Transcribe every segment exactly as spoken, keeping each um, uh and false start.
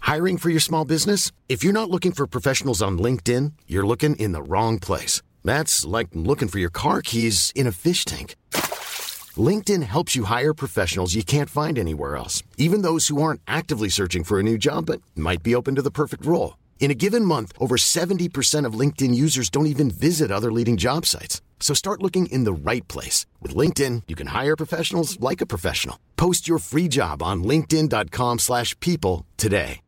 Hiring for your small business? If you're not looking for professionals on LinkedIn, you're looking in the wrong place. That's like looking for your car keys in a fish tank. LinkedIn helps you hire professionals you can't find anywhere else, even those who aren't actively searching for a new job but might be open to the perfect role. In a given month, over seventy percent of LinkedIn users don't even visit other leading job sites. So start looking in the right place. With LinkedIn, you can hire professionals like a professional. Post your free job on linkedin dot com slash people today.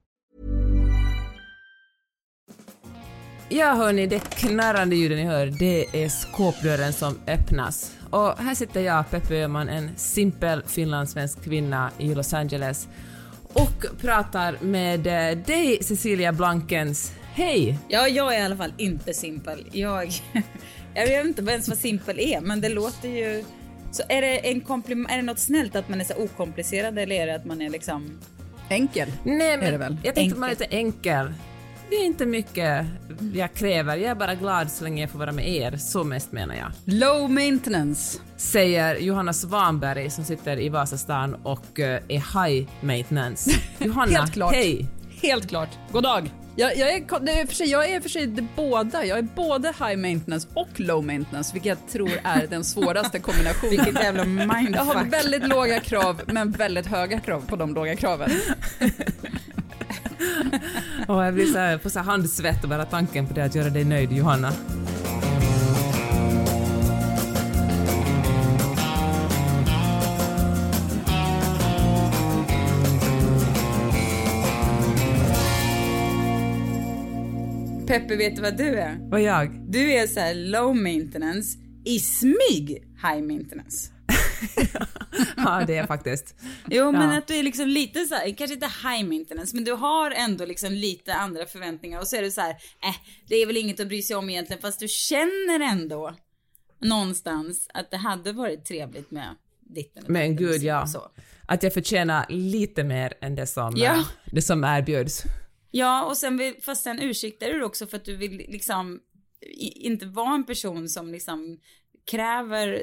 Ja hörni, det knarrande ljuden ni hör, det är skåpdörren som öppnas. Och här sitter jag, Peppe Öhman, en simpel finlandssvensk kvinna i Los Angeles och pratar med dig, Cecilia Blankens. Hej! Ja, jag är i alla fall inte simpel. Jag, jag vet inte ens vad simpel är, men det låter ju... Så är det, en komplim- är det något snällt att man är så okomplicerad, eller är det att man är liksom... Enkel? Nej, men är det väl? jag tänkte enkel. att man är lite enkel. Det är inte mycket jag kräver. Jag är bara glad så länge jag får vara med er. Så mest menar jag. Low maintenance. Säger Johanna Svanberg som sitter i Vasastan och uh, är high maintenance. Johanna, Helt klart. hej. Helt klart. God dag. Jag, jag, är, det är för sig, jag är för sig det båda. Jag är både high maintenance och low maintenance, vilket jag tror är den svåraste kombinationen. Vilket jävla mindfuck. Jag har väldigt låga krav, men väldigt höga krav på de låga kraven. Och jag blir så här, på så här handsvett och bara tanken på det att göra dig nöjd, Johanna. Peppe, vet du vad du är? Vad jag? Du är så här low maintenance i smyg high maintenance. Ja, det är faktiskt. Jo, men Ja. att du är liksom lite så här, kanske inte high maintenance, men du har ändå liksom lite andra förväntningar. Och så är du så här, eh, det är väl inget att bry sig om egentligen, fast du känner ändå någonstans att det hade varit trevligt med ditten. Men gud, ja. Så. Att jag förtjänar lite mer än det som, Ja. det som erbjuds. Ja, och sen, vill, fast sen ursäktar du också för att du vill liksom i, inte vara en person som liksom kräver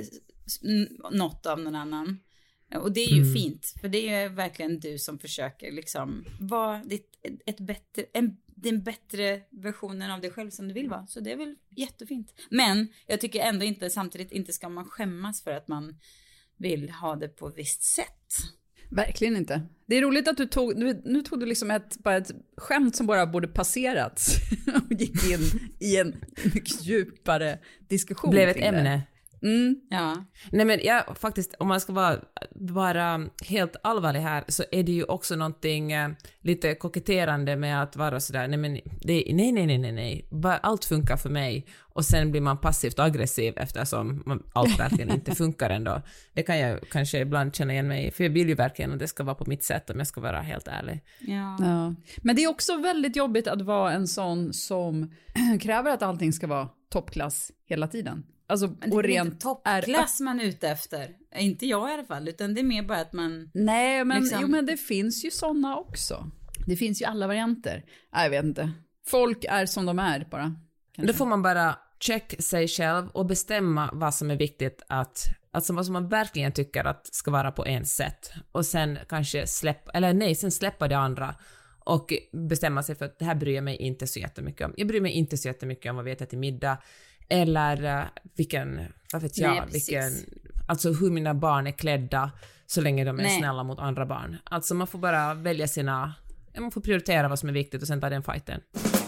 något av någon annan. Och det är ju mm. fint, för det är verkligen du som försöker liksom vara ditt, ett bättre, en, den bättre versionen av dig själv som du vill vara. Så det är väl jättefint. Men jag tycker ändå inte, samtidigt inte ska man skämmas för att man vill ha det på ett visst sätt. Verkligen inte. Det är roligt att du tog, nu, nu tog du liksom ett, bara ett skämt som bara borde passerats och gick in i en mycket djupare diskussion. Blev ett ämne. Mm. Ja. Nej, men jag faktiskt, om man ska vara, vara helt allvarlig här, så är det ju också någonting eh, lite koketterande med att vara sådär, nej men det, nej nej nej nej nej, bara allt funkar för mig, och sen blir man passivt aggressiv eftersom man, allt verkligen inte funkar ändå. Det kan jag kanske ibland känna igen mig, för jag vill ju verkligen att det ska vara på mitt sätt, om jag ska vara helt ärlig. Ja. Ja. Men det är också väldigt jobbigt att vara en sån som kräver att allting ska vara toppklass hela tiden. Alltså, Men det och är rent inte toppklass man är ute efter. Inte jag i alla fall, utan det är mer bara att man... Nej, men, liksom... jo, men det finns ju såna också. Det finns ju alla varianter. Nej, jag vet inte. Folk är som de är bara. Kanske. Då får man bara check sig själv och bestämma vad som är viktigt att, alltså vad som man verkligen tycker att ska vara på en sätt. Och sen kanske släppa, eller nej, sen släppa det andra. Och bestämma sig för att det här bryr jag mig inte så jättemycket om. Jag bryr mig inte så jättemycket om vad vi äter till middag. Eller uh, vilken, vad vet jag, Nej, vilken, alltså hur mina barn är klädda så länge de är Nej. snälla mot andra barn. Alltså man får bara välja sina, man får prioritera vad som är viktigt och sen ta den fighten.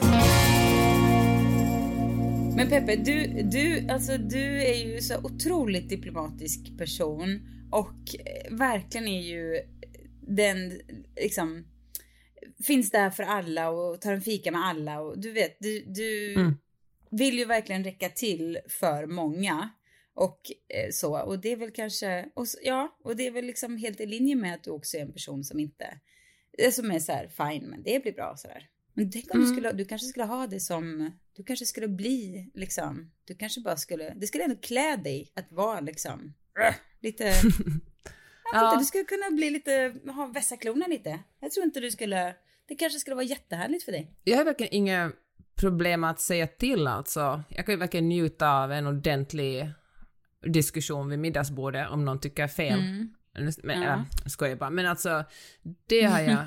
Men Peppe, du, du, alltså, du är ju så otroligt diplomatisk person och verkligen är ju den, liksom, finns där för alla och tar en fika med alla och du vet, du, du mm. vill ju verkligen räcka till för många och eh, så, och det är väl kanske, och, ja, och det är väl liksom helt i linje med att du också är en person som inte, som är så här, fine, men det blir bra sådär. Men tänk om mm. du skulle, du kanske skulle ha det som, du kanske skulle bli liksom, du kanske bara skulle, det skulle ändå klä dig att vara liksom, äh, lite, jag ja. inte, du skulle kunna bli lite, ha vässa klorna lite. Jag tror inte du skulle, det kanske skulle vara jättehärligt för dig. Jag har verkligen inga problem att säga till alltså. Jag kan ju verkligen njuta av en ordentlig diskussion vid middagsbordet om någon tycker fel. Mm. Men, Ja. äh, skojar bara. Men alltså, det har jag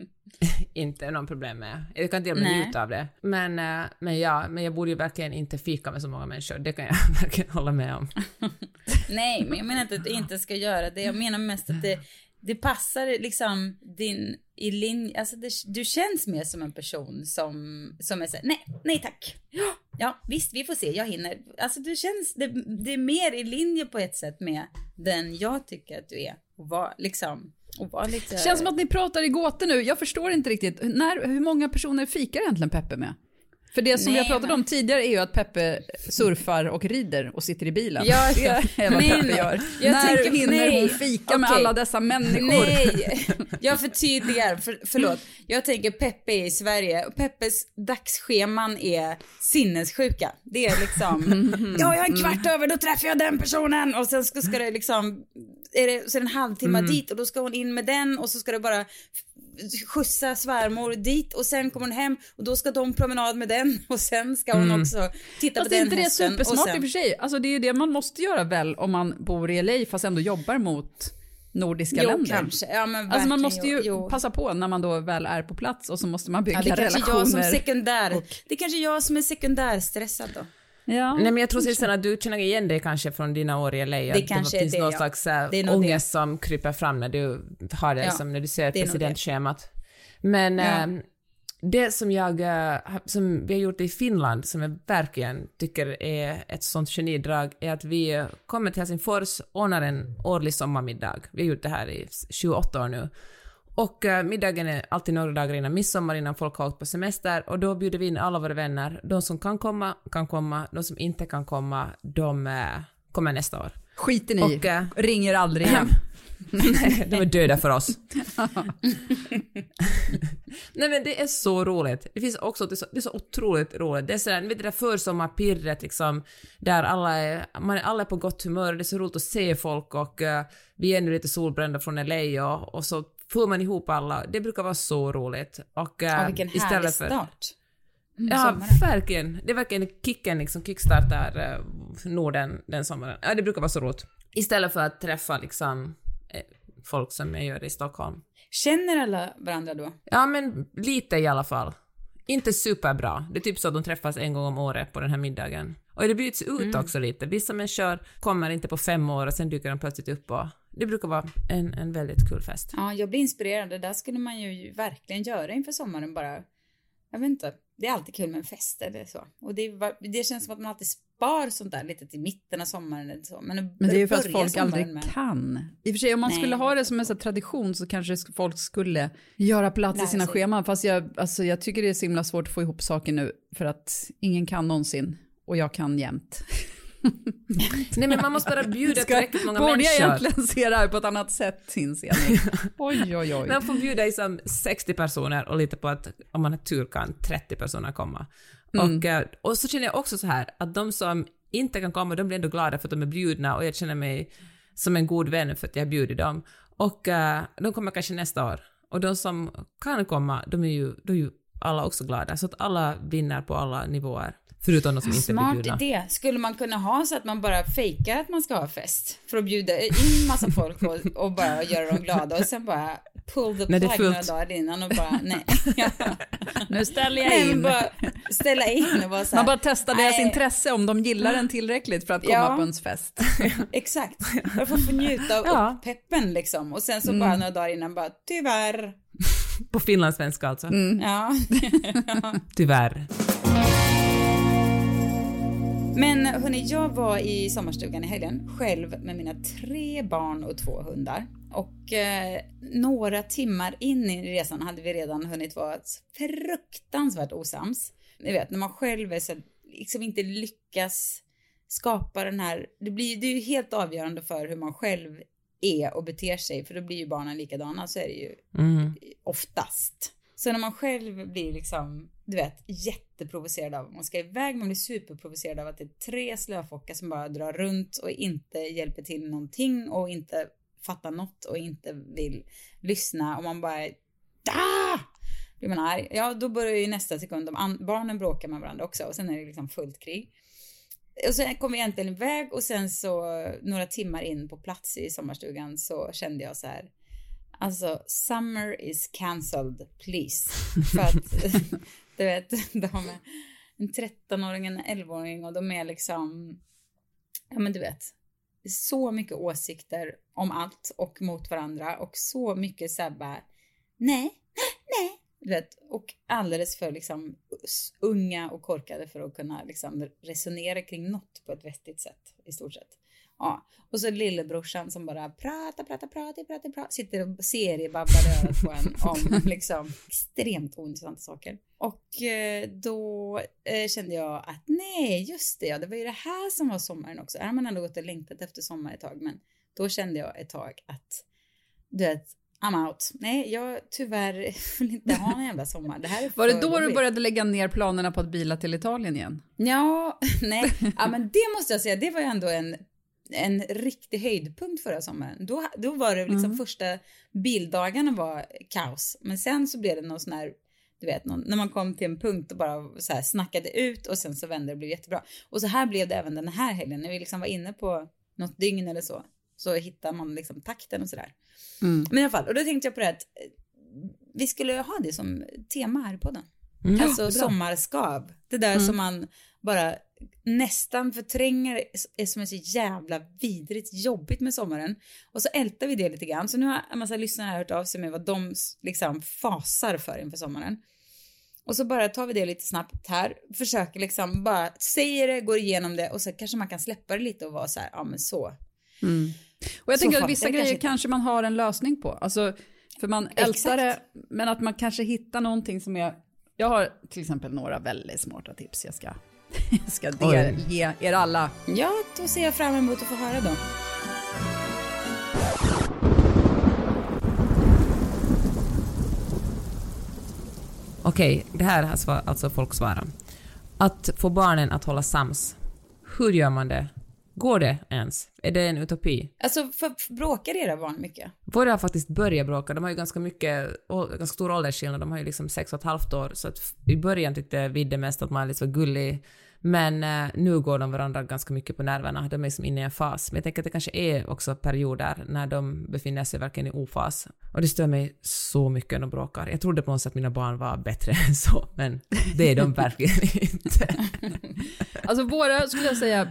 inte någon problem med. Jag kan till och med Nej. njuta av det. Men, äh, men ja, men jag borde ju verkligen inte fika med så många människor. Det kan jag verkligen hålla med om. Nej, men jag menar inte att du inte ska göra det. Jag menar mest att det, det passar liksom din i linje. Alltså det, du känns mer som en person som, som är så här, nej, nej tack. Ja, visst, vi får se, jag hinner. Alltså du känns, det, det är mer i linje på ett sätt med den jag tycker att du är. Och var liksom, och var lite... Känns som att ni pratar i gåtor nu. Jag förstår inte riktigt. När, hur många personer fikar egentligen Peppe med? För det som Nej, vi har pratat men- om tidigare är ju att Peppe surfar och rider och sitter i bilen. Ja, det är vad nej, Peppe nej. gör. Jag När tänker- hinner nej. hon fika med Okej. alla dessa människor? Nej, jag förtydligar, för, förlåt. Jag tänker Peppe är i Sverige och Peppes dagsscheman är sinnessjuka. Det är liksom, ja, jag har en kvart över, då träffar jag den personen och sen ska, ska det liksom, är det, så är det en halvtimme dit och då ska hon in med den och så ska det bara skjutsa svärmor dit och sen kommer hon hem och då ska de promenad med den och sen ska hon också titta Fast på är den inte det hästen supersmart och sen, i och för sig? Alltså det är ju det man måste göra väl om man bor i L A fast ändå jobbar mot nordiska jo, länder. kanske. Ja, men Alltså man verkligen, måste ju jo, jo. passa på när man då väl är på plats och så måste man bygga Ja, det är kanske relationer. jag som sekundär. och- Det är kanske jag som är sekundärstressad då. Ja. Nej, men jag tror sen att du känner igen det kanske från dina år i L A. Det att kanske är finns det, någon ja. slags äh, Det är nog ångest som kryper fram när du har det, Ja, som när du ser det är nog presidentschemat. Men Ja. ähm, det som jag, äh, som vi har gjort i Finland, som jag verkligen tycker är ett sånt genidrag, är att vi kommer till Helsingfors och ordnar en årlig sommarmiddag. Vi har gjort det här i tjugoåtta år nu. Och äh, middagen är alltid några dagar innan midsommar, innan folk har åkt på semester, och då bjuder vi in alla våra vänner. De som kan komma, kan komma. De som inte kan komma, de äh, kommer nästa år. Skiter ni i. Och, äh, ringer aldrig hem. Nej, de är döda för oss. Nej, men det är så roligt. Det finns också, det är så, det är så otroligt roligt. Det är sådär, ni vet det där försommarpirret liksom, där alla är, man är alla är på gott humör, det är så roligt att se folk och uh, vi är nu lite solbrända från L A och, och så får man ihop alla. Det brukar vara så roligt. Och, uh, Ja, vilken härlig för, start. Ja, sommaren. verkligen. Det är verkligen kicken, liksom kickstartar uh, Norden den sommaren. Ja, det brukar vara så roligt. Istället för att träffa liksom eh, folk som jag gör i Stockholm. Känner alla varandra då? Ja, men lite i alla fall. Inte superbra. Det är typ så att de träffas en gång om året på den här middagen. Och det byts ut Mm. också lite. Vissa människor kommer inte på fem år och sen dyker de plötsligt upp. Och det brukar vara en, en väldigt kul fest. Ja, jag blir inspirerad. Det där skulle man ju verkligen göra inför sommaren bara. Jag vet inte. Det är alltid kul med en fest eller så. Och det, var, det känns som att man alltid spar sånt där lite till mitten av sommaren eller så. Men, Men det är ju för att börja folk sommaren aldrig med- kan. I och för sig om man Nej. skulle ha det som en sån här tradition så kanske folk skulle göra plats i Lära sina sig. scheman. Fast jag, alltså, jag tycker det är så himla svårt att få ihop saker nu för att ingen kan någonsin och jag kan jämt. Nej, men man måste bara bjuda Ska, tillräckligt många borde jag människor. egentligen se det här på ett annat sätt, inser jag nu. Oj, oj, oj. Man får bjuda i som sextio personer och lite på att om man har tur kan trettio personer komma. Mm. Och, eh, och så känner jag också så här att de som inte kan komma, de blir ändå glada för att de är bjudna och jag känner mig som en god vän för att jag bjuder dem. Och uh, de kommer kanske nästa år. Och de som kan komma, de är ju, de är ju alla också glada. Så att alla vinner på alla nivåer. Förutom de som inte är Smart bjudna. idé. Skulle man kunna ha så att man bara fejkar att man ska ha fest för att bjuda in massa folk och, och bara göra dem glada och sen bara pull the När det är plug några fullt. dagar innan och bara nej. Ja. Nu ställer jag Nej, men in. bara ställa in och bara så här. Man bara testar deras nej. intresse om de gillar den tillräckligt för att komma Ja. på ens fest. Exakt. Bara för att få njuta av Ja. peppen liksom. Och sen så Mm. bara några dagar innan bara tyvärr. På finlandssvenska alltså. Mm. Ja. Tyvärr. Men hörni, jag var i sommarstugan i helgen själv med mina tre barn och två hundar. Och eh, några timmar in i resan hade vi redan hunnit vara fruktansvärt osams. Ni vet, när man själv är så, liksom inte lyckas skapa den här... Det, blir, det är ju helt avgörande för hur man själv är och beter sig. För då blir ju barnen likadana, så är det ju Mm. oftast. Så när man själv blir liksom, du vet, jätteprovocerad av, man ska iväg, man blir superprovocerad av att det är tre slöfockar som bara drar runt och inte hjälper till någonting och inte fattar något och inte vill lyssna och man bara, ah! Blir man arg, ja då börjar ju nästa sekund, de an- barnen bråkar med varandra också och sen är det liksom fullt krig. och sen kom vi äntligen iväg och sen så några timmar in på plats i sommarstugan så kände jag så här, alltså summer is cancelled please. För att du vet, de är en trettonåring, en elvaåring och de är liksom, ja men du vet, så mycket åsikter om allt och mot varandra och så mycket så här bara, nej, nej, du vet, och alldeles för liksom unga och korkade för att kunna liksom resonera kring något på ett vettigt sätt i stort sett. Ja, och så lillebrorsan som bara pratar, pratar, pratar, pratar, pratar sitter och seriebabblar örat på en om liksom extremt ointressanta saker. Och eh, då eh, kände jag att nej, just det, ja, det var ju det här som var sommaren också. Är man ändå gått och längtat efter sommar ett tag, men då kände jag ett tag att du vet, I'm out. Nej, jag tyvärr vill inte ha en jävla sommar. Det här är var det då du började lägga ner planerna på att bila till Italien igen? Ja, nej. Ja, men det måste jag säga, det var ju ändå en en riktig höjdpunkt förra sommaren. Då, då var det liksom mm. första bildagarna var kaos. Men sen så blev det någon sån här, du vet, någon, när man kom till en punkt och bara så här snackade ut och sen så vände det och blev jättebra. Och så här blev det även den här helgen. När vi liksom var inne på något dygn eller så, så hittar man liksom takten och sådär. Mm. Men i alla fall, och då tänkte jag på det att vi skulle ha det som tema här i podden. Mm. Alltså ja, sommarskav. Det där mm. som man bara nästan förtränger är som är så jävla vidrigt jobbigt med sommaren. Och så ältar vi det lite grann. Så nu har en massa lyssnare hört av sig med vad de liksom fasar för inför sommaren. Och så bara tar vi det lite snabbt här. Försöker liksom bara säga det, går igenom det. Och så kanske man kan släppa det lite och vara så här, ja men så. Mm. Och jag så tänker att vissa grejer kanske, kanske man har en lösning på. Alltså, för man ältar det, men att man kanske hittar någonting som är... Jag har till exempel några väldigt smarta tips jag ska... Jag ska del, ge er alla. Ja, då ser jag fram emot att få höra dem. Okej, det här har alltså folk svarat. Att få barnen att hålla sams. Hur gör man det? Går det ens? Är det en utopi? Alltså, för, bråkar era barn mycket? Våra har faktiskt börjat bråka. De har ju ganska mycket, ganska stor åldersskillnad. De har ju liksom sex och ett halvt år. Så att i början tyckte vi det mest att man är lite så gullig. Men eh, nu går de varandra ganska mycket på nerverna. De är som inne i en fas. Men jag tänker att det kanske är också perioder när de befinner sig verkligen i ofas. Och det stör mig så mycket när de bråkar. Jag trodde på något sätt att mina barn var bättre än så. Men det är de verkligen inte. Alltså våra skulle jag säga,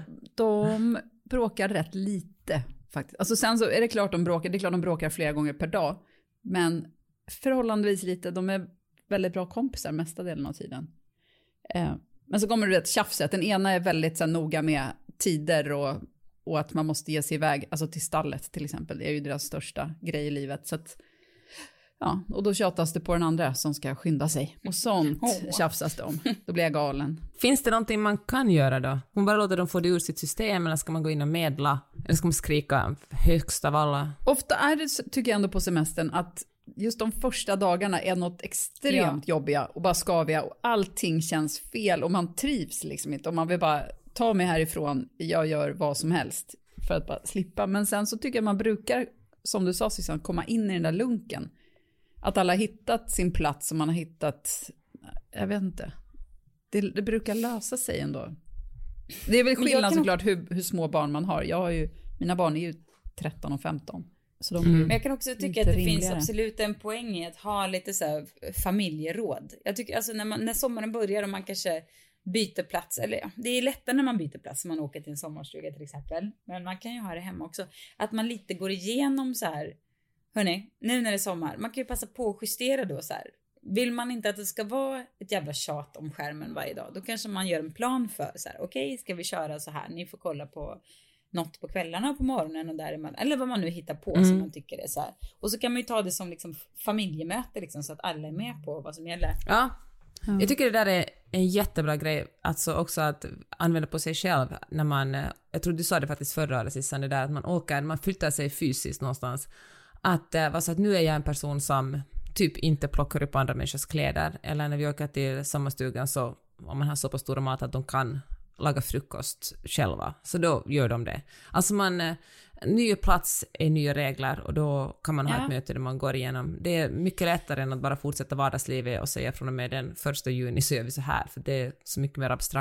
de bråkar rätt lite faktiskt. Alltså sen så är det klart de bråkar. Det är klart de bråkar flera gånger per dag. Men förhållandevis lite. De är väldigt bra kompisar mesta delen av tiden. Eh. Men så kommer det ett tjafset. Den ena är väldigt så här, noga med tider och, och att man måste ge sig iväg. Alltså till stallet till exempel. Det är ju deras största grej i livet. Så att, ja, och då tjatas det på den andra som ska skynda sig. Och sånt oh. tjafsas det om. Då blir jag galen. Finns det någonting man kan göra då? Man bara låter dem få det ur sitt system eller ska man gå in och medla? Eller ska man skrika högst av alla? Ofta är det, tycker jag ändå på semestern, att just de första dagarna är något extremt ja. jobbiga och bara skaviga och allting känns fel och man trivs liksom inte och man vill bara ta mig härifrån, jag gör vad som helst för att bara slippa. Men sen så tycker jag man brukar, som du sa Susanne, komma in i den där lunken. Att alla har hittat sin plats och man har hittat, jag vet inte, det, det brukar lösa sig ändå. Det är väl skillnad kan... såklart hur, hur små barn man har. Jag har ju, mina barn är ju tretton och femton. Så de mm. Men jag kan också tycka att det rimligare. Finns absolut en poäng i att ha lite så här familjeråd. Jag tycker alltså när, man, när sommaren börjar och man kanske byter plats, eller ja, det är lättare när man byter plats om man åker till en sommarstuga till exempel. Men man kan ju ha det hemma också. Att man lite går igenom så här, hörni, nu när det är sommar, man kan ju passa på att justera då så här. Vill man inte att det ska vara ett jävla tjat om skärmen varje dag, då kanske man gör en plan för så här, okej, okay, ska vi köra så här, ni får kolla på något på kvällarna och på morgonen och däremellan, eller vad man nu hittar på mm. som man tycker är så här. Och så kan man ju ta det som liksom familjemöte liksom, så att alla är med på vad som gäller. Ja, mm. jag tycker det där är en jättebra grej, alltså också att använda på sig själv när man, jag tror du sa det faktiskt förra Susanne, det där att man åker, man flyttar sig fysiskt någonstans, att, alltså att nu är jag en person som typ inte plockar upp andra människors kläder, eller när vi åker till sommarstugan så om man har så på stora mat att de kan laga frukost själva, så då gör de det. Alltså man, ny plats är nya regler och då kan man ha ja. ett möte där man går igenom. Det är mycket lättare än att bara fortsätta vardagslivet och säga från och med den första juni så gör vi så här, för det är så mycket mer abstrakt.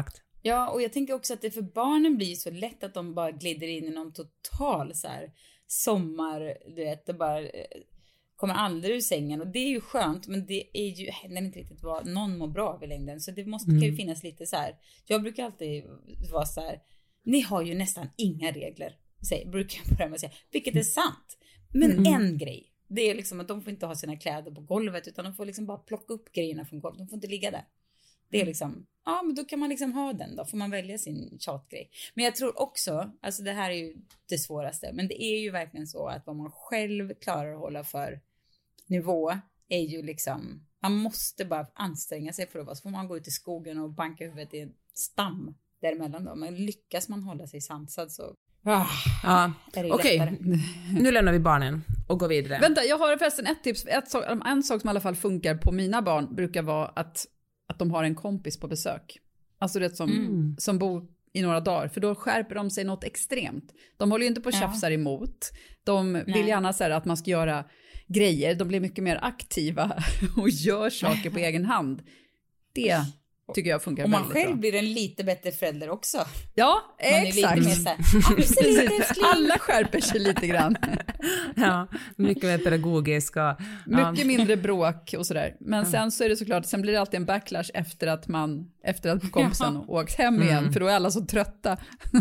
Ja, och jag tänker också att det för barnen blir så lätt att de bara glider in i någon total så här sommar, du vet, det bara kommer aldrig ur sängen. Och det är ju skönt, men det är ju händer inte riktigt vad någon mår bra av i längden. Så det måste, mm. kan ju finnas lite så här. Jag brukar alltid vara så här, ni har ju nästan inga regler, säger, brukar jag börja med att säga, vilket är sant. Men mm. en grej, det är liksom att de får inte ha sina kläder på golvet, utan de får liksom bara plocka upp grejerna från golvet. De får inte ligga där. Det är liksom, ja men då kan man liksom ha den då, får man välja sin tjatgrej. Men jag tror också, alltså det här är ju det svåraste, men det är ju verkligen så att vad man själv klarar att hålla för nivå är ju liksom, man måste bara anstränga sig för att vara, så får man gå ut i skogen och banka huvudet i en stam däremellan då. Men lyckas man hålla sig sansad så ah, ja. Okej, okay. Nu lämnar vi barnen och går vidare. Vänta, jag har förresten ett tips. Ett sak, en sak som i alla fall funkar på mina barn brukar vara att att de har en kompis på besök. Alltså det som, mm. som bor i några dagar. För då skärper de sig något extremt. De håller ju inte på och tjafsar ja. emot. De vill Nej. gärna säga att man ska göra grejer. De blir mycket mer aktiva och gör saker på egen hand. Det tycker jag funkar väldigt bra. Och man själv blir en lite bättre förälder också. Ja, man exakt. Är lite mer så här, alla skärper sig lite grann. Ja, mycket mer pedagogiska. Mycket ja. mindre bråk och sådär. Men ja. sen så är det såklart, sen blir det alltid en backlash efter att man, efter att kompisen ja. åkt hem igen. Mm. För då är alla så trötta.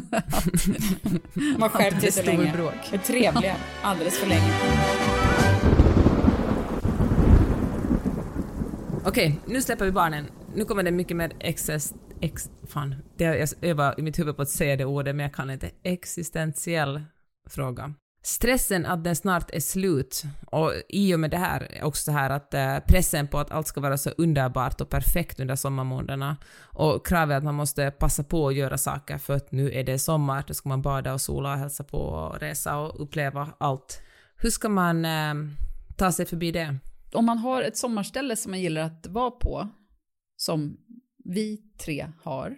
Man skärper sig så länge. Bråk. Det är trevliga, alldeles för länge. Okej, nu släpper vi barnen. Nu kommer det mycket mer excess, ex, fan, det, jag övar i mitt huvud på att säga det ordet, men jag kan inte. Existentiell fråga. Stressen att den snart är slut, och i och med det här också så här att eh, pressen på att allt ska vara så underbart och perfekt under sommarmånaderna, och kravet att man måste passa på att göra saker för att nu är det sommar, då ska man bada och sola och hälsa på och resa och uppleva allt. Hur ska man eh, ta sig förbi det? Om man har ett sommarställe som man gillar att vara på, som vi tre har,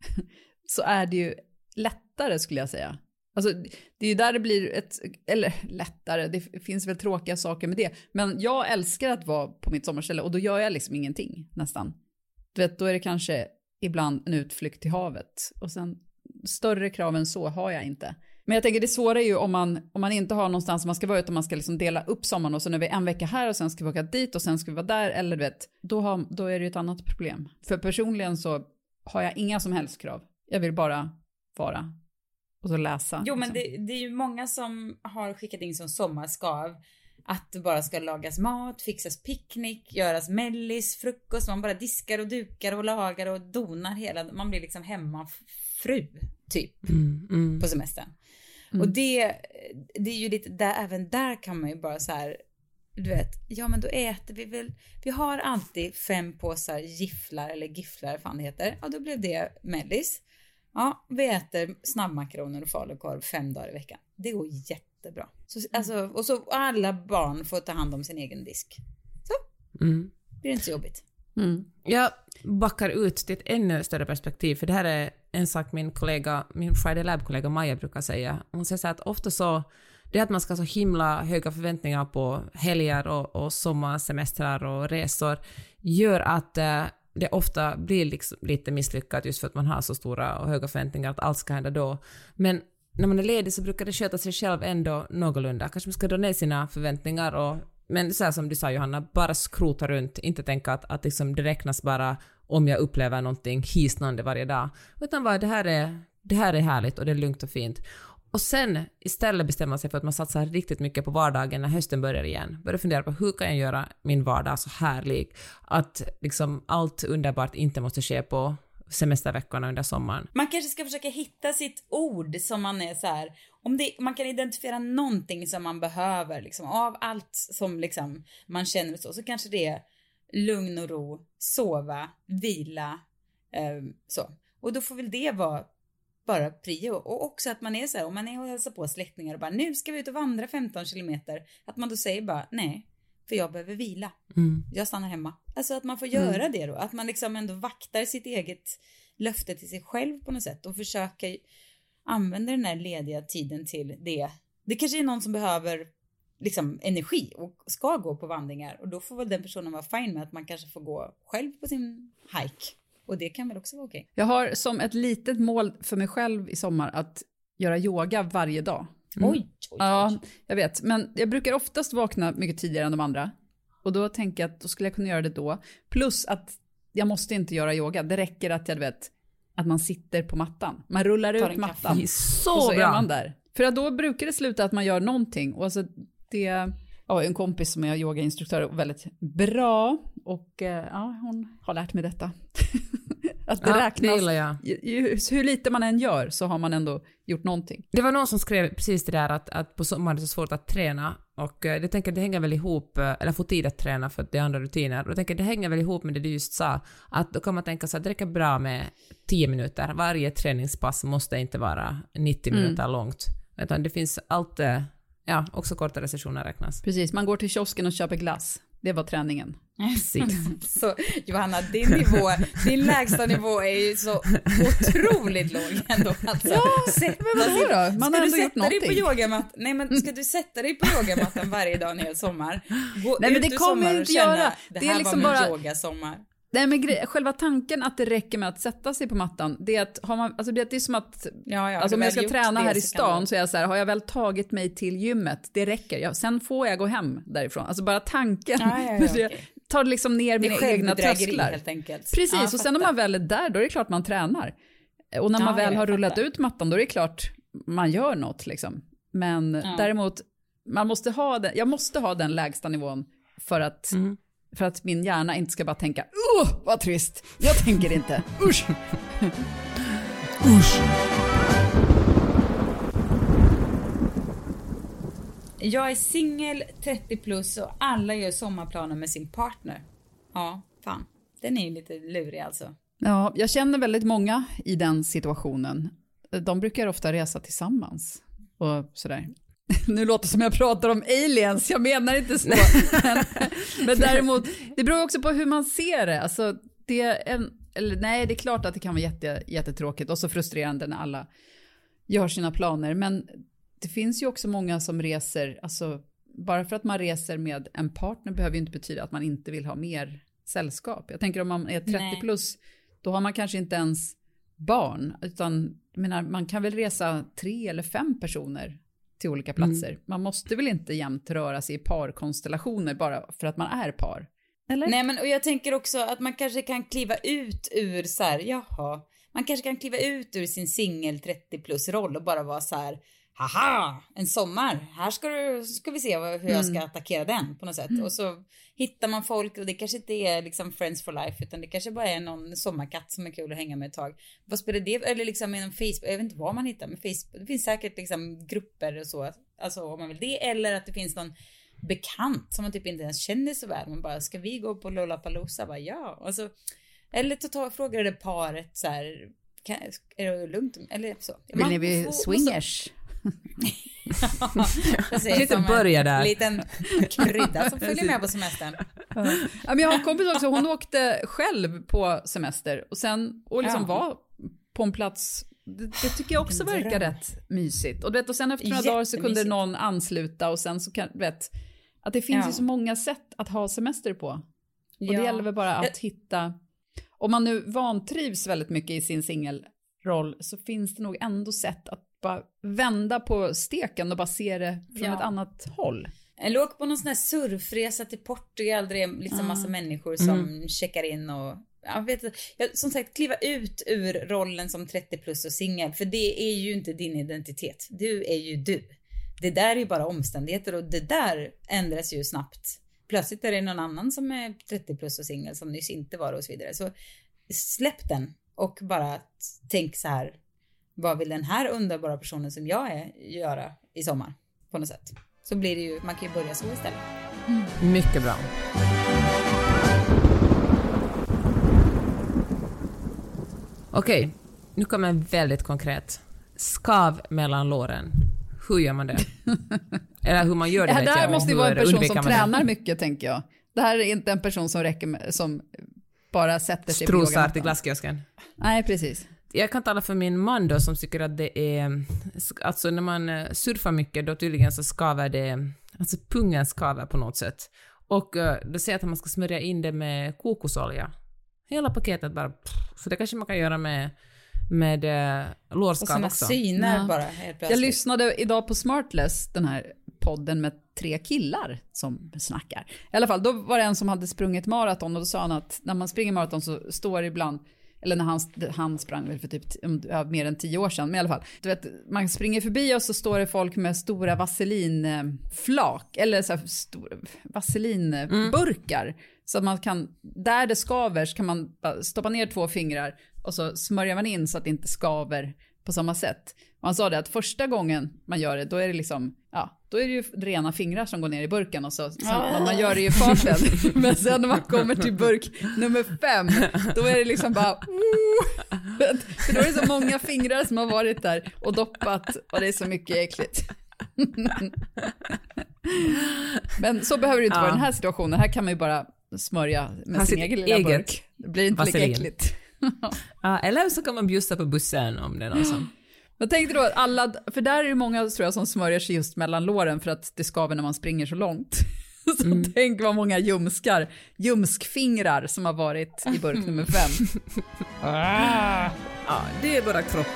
så är det ju lättare skulle jag säga. Alltså det är ju där det blir ett, eller lättare, det finns väl tråkiga saker med det. Men jag älskar att vara på mitt sommarställe, och då gör jag liksom ingenting nästan. Du vet, då är det kanske ibland en utflykt till havet. Och sen större krav än så har jag inte. Men jag tänker det svåra är ju om man, om man inte har någonstans man ska vara, utan man ska liksom dela upp sommaren, och så är vi en vecka här och sen ska vi åka dit och sen ska vi vara där, eller du vet, då, har, då är det ju ett annat problem. För personligen så har jag inga som helst krav. Jag vill bara vara och så läsa. Jo, men det, det är ju många som har skickat in som sommarskav att det bara ska lagas mat, fixas picknick, göras mellis, frukost, man bara diskar och dukar och lagar och donar hela, man blir liksom hemmafru typ mm, mm. på semestern. Mm. Och det, det är ju lite där, även där kan man ju bara så här, du vet, ja men då äter vi väl, vi har alltid fem påsar gifflar eller gifflar, fan det heter, ja då blev det mellis. Ja, vi äter snabbmakaroner och falukorv fem dagar i veckan. Det går jättebra. Så, alltså, och så alla barn får ta hand om sin egen disk. Så, mm. blir det inte så jobbigt. Mm. Jag backar ut till ett ännu större perspektiv, för det här är en sak min kollega, min Friday Lab-kollega Maja brukar säga. Hon säger så att ofta så, det är att man ska ha så himla höga förväntningar på helger och, och sommarsemestrar och resor, gör att eh, det ofta blir liksom lite misslyckat, just för att man har så stora och höga förväntningar att allt ska hända då. Men när man är ledig så brukar det sköta sig själv ändå någorlunda. Kanske man ska dra ner sina förväntningar, och, men så här som du sa Johanna, bara skrota runt, inte tänka att, att liksom det räknas bara om jag upplever någonting hisnande varje dag. Utan bara det här är, det här är härligt och det är lugnt och fint. Och sen istället bestämma sig för att man satsar riktigt mycket på vardagen när hösten börjar igen. Börja fundera på hur kan jag göra min vardag så härlig att liksom allt underbart inte måste ske på semesterveckorna under sommaren. Man kanske ska försöka hitta sitt ord som man är så här, om det, man kan identifiera någonting som man behöver liksom, av allt som liksom man känner så, så kanske det är lugn och ro, sova, vila, eh, så. Och då får väl det vara bara prio. Och också att man är så här, om man är och hälsar på släktingar och bara, nu ska vi ut och vandra femton kilometer, att man då säger bara, nej, för jag behöver vila. Mm. Jag stannar hemma. Alltså att man får göra mm. det då. Att man liksom ändå vaktar sitt eget löfte till sig själv på något sätt. Och försöker använda den här lediga tiden till det. Det kanske är någon som behöver liksom energi och ska gå på vandringar. Och då får väl den personen vara fine med att man kanske får gå själv på sin hike. Och det kan väl också vara okej. Jag har som ett litet mål för mig själv i sommar att göra yoga varje dag. Mm. Oj, oj, oj. Ja, jag vet. Men jag brukar oftast vakna mycket tidigare än de andra. Och då tänker jag att då skulle jag kunna göra det då. Plus att jag måste inte göra yoga. Det räcker att jag vet att man sitter på mattan. Man rullar ut mattan. Så och så bra. är man där. För att då brukar det sluta att man gör någonting. Och alltså det... Ja, en kompis som är yogainstruktör och väldigt bra. Och ja, hon har lärt mig detta. Att det ja, räknas. Det jag. Hur lite man än gör så har man ändå gjort någonting. Det var någon som skrev precis det där att, att på sommaren är det så svårt att träna. Och det tänker det hänger väl ihop, eller få tid att träna för att det är andra rutiner. Och jag tänker det hänger väl ihop med det du just sa. Att då kan man tänka sig att det räcker bra med tio minuter. Varje träningspass måste inte vara nittio mm. minuter långt. Utan det finns alltid... Ja, också kortare sessioner räknas. Precis, man går till kiosken och köper glass. Det var träningen. Så Johanna, din nivå, din lägsta nivå är ju så otroligt låg ändå. Alltså, ja, men vadå då? Man ska har du ändå gjort sätta dig någonting. på yogamattan? Nej, men ska du sätta dig på yogamattan varje dag en hel sommar? Gå Nej, men det kommer jag inte göra. Det, det här är liksom var min bara yogasommar. Nej, men gre- själva tanken att det räcker med att sätta sig på mattan, det är att har man, alltså det är som att ja, ja, alltså om jag ska träna här i så stan så är jag så här, har jag väl tagit mig till gymmet, det räcker. Jag, sen får jag gå hem därifrån. Alltså bara tanken. Ja, ja, ja, okay. Tar liksom ner mina egna trösklar. Helt enkelt. Precis, ja, och sen när man väl är där, då är det klart man tränar. Och när man ja, väl har rullat ut mattan, då är det klart man gör något liksom. Men ja. däremot, man måste ha den, jag måste ha den lägsta nivån för att mm. För att min hjärna inte ska bara tänka, åh, vad trist. Jag tänker inte, usch. Usch. Jag är singel, trettio plus och alla gör sommarplaner med sin partner. Ja, fan. Den är ju lite lurig alltså. Ja, jag känner väldigt många i den situationen. De brukar ofta resa tillsammans och sådär. Nu låter det som jag pratar om aliens, jag menar inte så. men, men däremot, det beror också på hur man ser det. Alltså, det är en, eller nej, det är klart att det kan vara jätte, jättetråkigt och så frustrerande när alla gör sina planer. Men det finns ju också många som reser, alltså bara för att man reser med en partner behöver ju inte betyda att man inte vill ha mer sällskap. Jag tänker om man är trettio nej. plus, då har man kanske inte ens barn, utan jag menar, man kan väl resa tre eller fem personer till olika platser. Mm. Man måste väl inte jämt röra sig i parkonstellationer bara för att man är par. Eller? Nej, men och jag tänker också att man kanske kan kliva ut ur så här, jaha, man kanske kan kliva ut ur sin singel trettio plus roll och bara vara så här, haha, en sommar, här ska, du, ska vi se hur jag ska mm. attackera den på något sätt. Mm. Och så hittar man folk och det kanske inte är liksom friends for life, utan det kanske bara är någon sommarkatt som är kul att hänga med ett tag. Vad spelar det? Eller liksom med en Facebook, jag vet inte vad man hittar med Facebook. Det finns säkert liksom grupper och så, alltså om man vill det, eller att det finns någon bekant som man typ inte ens känner så väl. Man bara, ska vi gå på Lollapalooza? Bara, ja. Alltså, eller ta frågar det paret så här, kan, är det lugnt? Eller så. Vill ni bli swingers? Ja, jag inte börja där. En liten krydda som följer med på semestern. Ja. Ja, men jag har en kompis också, hon åkte själv på semester och sen och liksom ja. var på en plats. Det, det tycker jag också verkar rätt mysigt. Och, vet, och sen efter några dagar så kunde någon ansluta och sen så kan vet att det finns ja. ju så många sätt att ha semester på. Och ja. det gäller väl bara att jag... hitta, om man nu vantrivs väldigt mycket i sin singelroll så finns det nog ändå sätt att bara vända på steken och bara se det från ja. ett annat håll. Jag låg på någon sån här surfresa till Portugal där det är liksom massa mm. människor som mm. checkar in och jag vet jag, som sagt, kliva ut ur rollen som trettio plus och singel, för det är ju inte din identitet. Du är ju du. Det där är ju bara omständigheter och det där ändras ju snabbt. Plötsligt är det någon annan som är trettio plus och singel som nyss inte var och så vidare. Så släpp den och bara tänk så här, vad vill den här underbara personen som jag är göra i sommar på något sätt. Så blir det ju, man kan ju börja så istället. Mm. Mycket bra. Okej, nu kommer en väldigt konkret. Skav mellan låren. Hur gör man det? Eller hur man gör det, det vet här jag. måste ju vara en person som tränar mycket, tänker jag. Det här är inte en person som räcker med, som bara sätter sig Strosar på yogamattan till glasskiosken. Nej, precis. Jag kan tala för min man då som tycker att det är, alltså när man surfar mycket då tydligen så skaver det, alltså pungen skaver på något sätt. Och då säger jag att man ska smörja in det med kokosolja Hela paketet bara. Så det kanske man kan göra med, med äh, lårskav också. Syner ja. bara helt plötsligt. Jag lyssnade idag på Smartless, den här podden med tre killar som snackar. I alla fall, då var det en som hade sprungit maraton och då sa han att när man springer maraton så står det ibland, eller när han, han sprang väl för typ ja, mer än tio år sedan, men i alla fall. Du vet, man springer förbi och så står det folk med stora vaselinflak, eller så här stora vaselinburkar. Mm. Så att man kan, där det skaver så kan man stoppa ner två fingrar och så smörjer man in så att det inte skaver på samma sätt. Och han sa det att första gången man gör det, då är det liksom, ja, då är det ju rena fingrar som går ner i burken och så, så ah. man gör det i farten. Men sen när man kommer till burk nummer fem, då är det liksom bara, oh! För då är det så många fingrar som har varit där och doppat och det är så mycket äckligt. Men så behöver det inte ja. vara i den här situationen. Här kan man ju bara smörja med Han sin egen lilla eget burk. Det blir inte vaselin. lika äckligt. Ja, eller så kan man bjussa på bussen om det är någon som... Jag tänkte då att alla, för där är det många tror jag som smörjer sig just mellan låren för att det skaver när man springer så långt. Så mm. tänk vad många ljumskar, ljumskfingrar som har varit i burk nummer fem. Ah. Ja, det är bara kropp.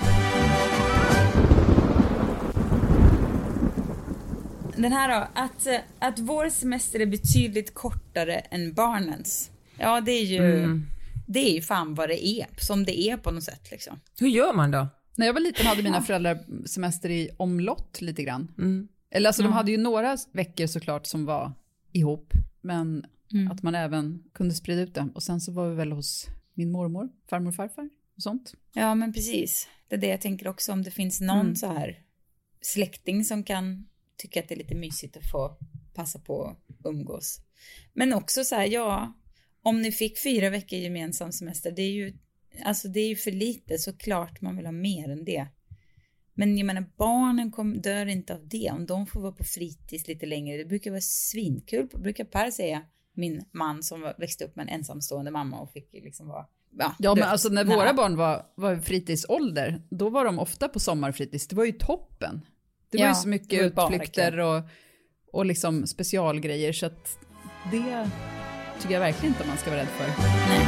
Den här då, att, att vår semester är betydligt kortare än barnens. Ja, det är ju, mm. det är ju fan vad det är, som det är på något sätt liksom. Hur gör man då? När jag var liten hade mina föräldrar semester i omlott lite grann. Mm. Eller alltså mm. de hade ju några veckor såklart som var ihop. Men mm. att man även kunde sprida ut det. Och sen så var vi väl hos min mormor, farmor och farfar och sånt. Ja men precis. Det är det jag tänker också, om det finns någon mm. så här släkting som kan tycka att det är lite mysigt att få passa på att umgås. Men också så här, ja, om ni fick fyra veckor gemensam semester, det är ju, alltså det är ju för lite, såklart man vill ha mer än det. Men jag menar, barnen kom, dör inte av det. Om de får vara på fritids lite längre, det brukar vara svinkul. Brukar Per säga, min man som växte upp med en ensamstående mamma och fick liksom vara... Ja, ja men alltså när våra barn var, var fritidsålder, då var de ofta på sommarfritids. Det var ju toppen. Det var ja, ju så mycket utflykter och, och liksom specialgrejer, så att det tycker jag verkligen inte man ska vara rädd för. Nej.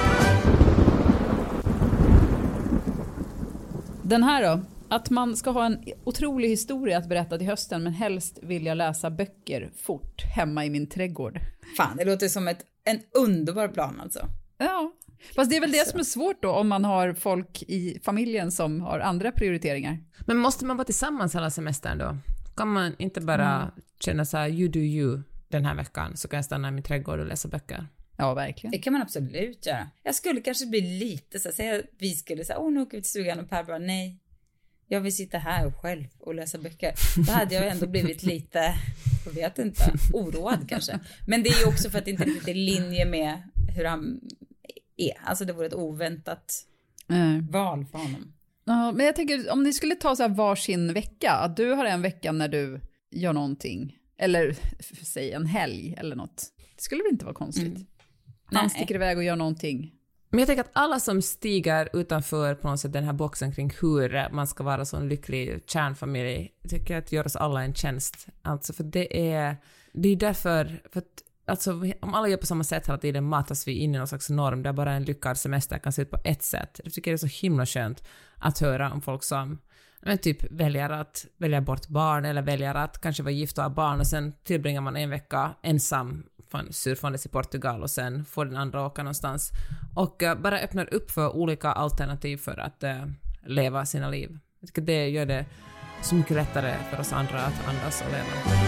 Den här då, att man ska ha en otrolig historia att berätta till hösten, men helst vill jag läsa böcker fort hemma i min trädgård. Fan, det låter som ett, en underbar plan alltså. Ja, fast det är väl det som är svårt då om man har folk i familjen som har andra prioriteringar. Men måste man vara tillsammans hela semestern då? Kan man inte bara mm. känna så här, you do you den här veckan, så kan jag stanna i min trädgård och läsa böcker? Ja, verkligen. Det kan man absolut göra. Jag skulle kanske bli lite så här, säga att vi skulle säga, åh nu åker vi till stugan, och Per bara, nej, jag vill sitta här själv och läsa böcker. Då hade jag ändå blivit lite, jag vet inte, oroad kanske. Men det är ju också för att det inte riktigt är i linje med hur han är. Alltså det vore ett oväntat mm. val för honom. Ja, men jag tänker, om ni skulle ta så här varsin vecka, att du har en vecka när du gör någonting, eller säg en helg eller något. Det skulle väl inte vara konstigt. Mm. Han sticker iväg och gör någonting. Men jag tänker att alla som stiger utanför på något sätt den här boxen kring hur man ska vara så en lycklig kärnfamilj, tycker att gör oss alla en tjänst. Alltså för det är, det är därför, för att alltså, om alla gör på samma sätt hela tiden matas vi in i någon slags norm där bara en lyckad semester kan se ut på ett sätt. Jag tycker det är så himla skönt att höra om folk som men typ väljer att välja bort barn eller väljer att kanske vara gift och ha barn och sen tillbringar man en vecka ensam surfandes i Portugal och sen får den andra åka någonstans och uh, bara öppnar upp för olika alternativ för att uh, leva sina liv. Jag tycker det gör det så mycket lättare för oss andra att andas och leva.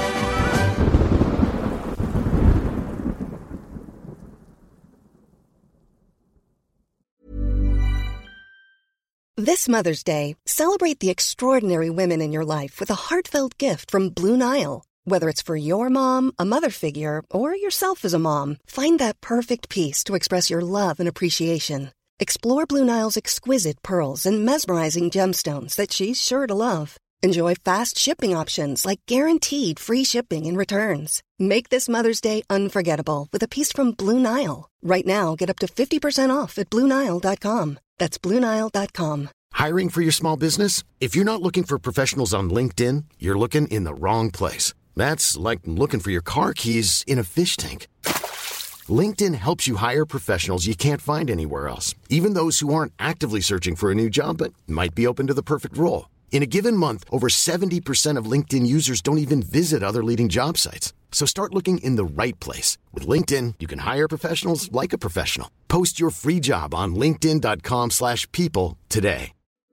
This Mother's Day, celebrate the extraordinary women in your life with a heartfelt gift from Blue Nile. Whether it's for your mom, a mother figure, or yourself as a mom, find that perfect piece to express your love and appreciation. Explore Blue Nile's exquisite pearls and mesmerizing gemstones that she's sure to love. Enjoy fast shipping options like guaranteed free shipping and returns. Make this Mother's Day unforgettable with a piece from Blue Nile. Right now, get up to fifty percent off at blue nile dot com. That's blue nile dot com. Hiring for your small business? If you're not looking for professionals on LinkedIn, you're looking in the wrong place. That's like looking for your car keys in a fish tank. LinkedIn helps you hire professionals you can't find anywhere else, even those who aren't actively searching for a new job but might be open to the perfect role. In a given month, over seventy percent of LinkedIn users don't even visit other leading job sites. So start looking in the right place. With LinkedIn, you can hire professionals like a professional. Post your free job on linkedin dot com slash people today.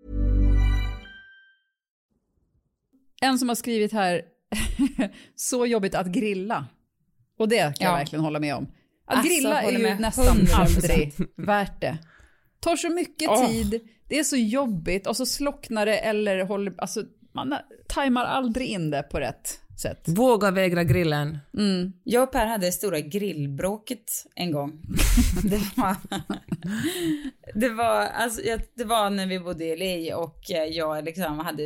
En som har skrivit här, så jobbigt att grilla. Och det kan ja. jag verkligen hålla med om. Att alltså, grilla är ju nästan aldrig värt det. Tar så mycket oh. tid, det är så jobbigt och så slocknar det eller håller, alltså man tajmar aldrig in det på rätt sätt. Våga vägra grillen. Mm. Jag och Per hade det stora grillbråket en gång. det var, det var alltså det var när vi bodde i L A och jag liksom hade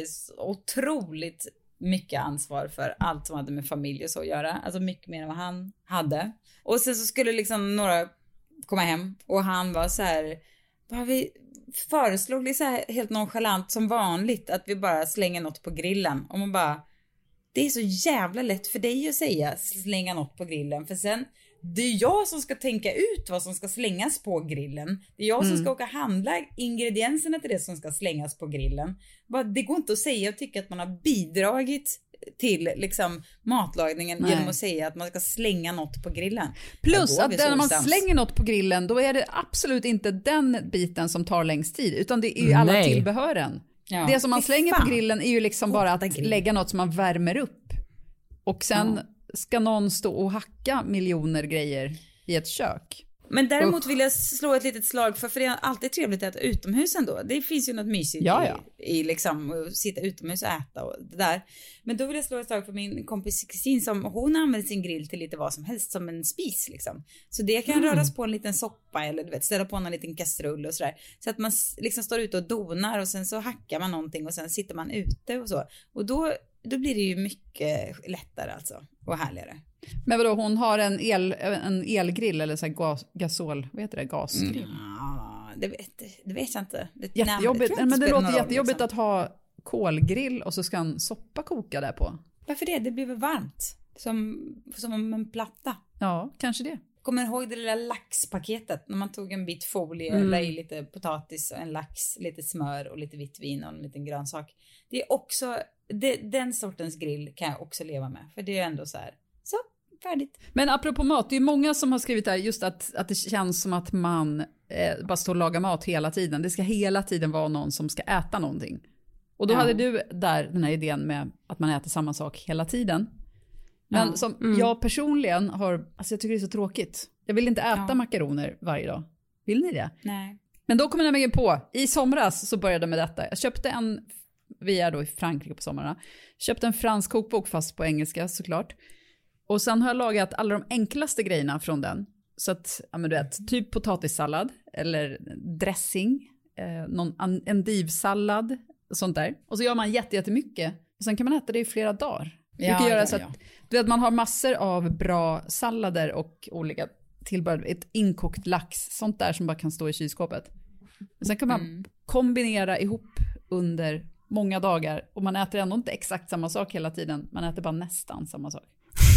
otroligt mycket ansvar för allt som hade med familj och så att göra. Alltså mycket mer än vad han hade. Och sen så skulle liksom några komma hem och han var så här, bara vi föreslog det så här helt nonchalant som vanligt att vi bara slänger något på grillen. Och man bara, det är så jävla lätt för dig att säga slänga något på grillen. För sen, det är jag som ska tänka ut vad som ska slängas på grillen. Det är jag som mm. ska åka och handla ingredienserna till det som ska slängas på grillen. Bara, det går inte att säga och tycka att man har bidragit till liksom matlagningen Nej. genom att säga att man ska slänga något på grillen. Plus att när man slänger något på grillen, då är det absolut inte den biten som tar längst tid, utan det är ju alla Nej. tillbehören. Ja. Det som man slänger på grillen är ju liksom bara att lägga något som man värmer upp. Och sen ja. ska någon stå och hacka miljoner grejer i ett kök. Men däremot Usch. vill jag slå ett litet slag för, för det är alltid trevligt att äta utomhus ändå. Det finns ju något mysigt ja, ja. i, i liksom att sitta utomhus och äta och det där. Men då vill jag slå ett slag för min kompis Kristin som hon använder sin grill till lite vad som helst som en spis liksom. Så det kan mm. röras på en liten soppa eller du vet, ställa på en liten kastrull och sådär. Så att man liksom står ute och donar och sen så hackar man någonting och sen sitter man ute och så. Och då, då blir det ju mycket lättare alltså och härligare. Men vadå, hon har en, el, en elgrill eller så här gas, gasol, vad heter det, gasgrill? Mm, ja, det, vet, det vet jag inte. Det, jättejobbigt, nej, men det låter jättejobbigt liksom. Att ha kolgrill och så ska en soppa koka där på. Varför det? Det blir väl varmt? Som, som en platta. Ja, kanske det. Kommer du ihåg det lilla laxpaketet när man tog en bit folie, mm. la i lite potatis och en lax, lite smör och lite vitt vin och en liten grönsak. Det är också, det, den sortens grill kan jag också leva med. För det är ändå så här, så. Färdigt. Men apropå mat, det är många som har skrivit där just att, att det känns som att man eh, bara står och lagar mat hela tiden. Det ska hela tiden vara någon som ska äta någonting. Och då ja. hade du där den här idén med att man äter samma sak hela tiden. Men ja. som mm. jag personligen har, alltså jag tycker det är så tråkigt. Jag vill inte äta ja. makaroner varje dag. Vill ni det? Nej. Men då kommer jag nämligen på, i somras så började jag med detta. Jag köpte en, vi är då i Frankrike på sommarna. Köpte en fransk kokbok fast på engelska såklart. Och sen har jag lagat alla de enklaste grejerna från den. Så att, ja men du vet, typ potatissallad eller dressing, eh, någon endivsallad, sånt där. Och så gör man jätte, jättemycket. Och sen kan man äta det i flera dagar. Ja, du kan göra ja, så att, ja. du vet, man har massor av bra sallader och olika tillbehör. Ett inkokt lax, sånt där som bara kan stå i kylskåpet. Och sen kan man mm. kombinera ihop under många dagar. Och man äter ändå inte exakt samma sak hela tiden. Man äter bara nästan samma sak.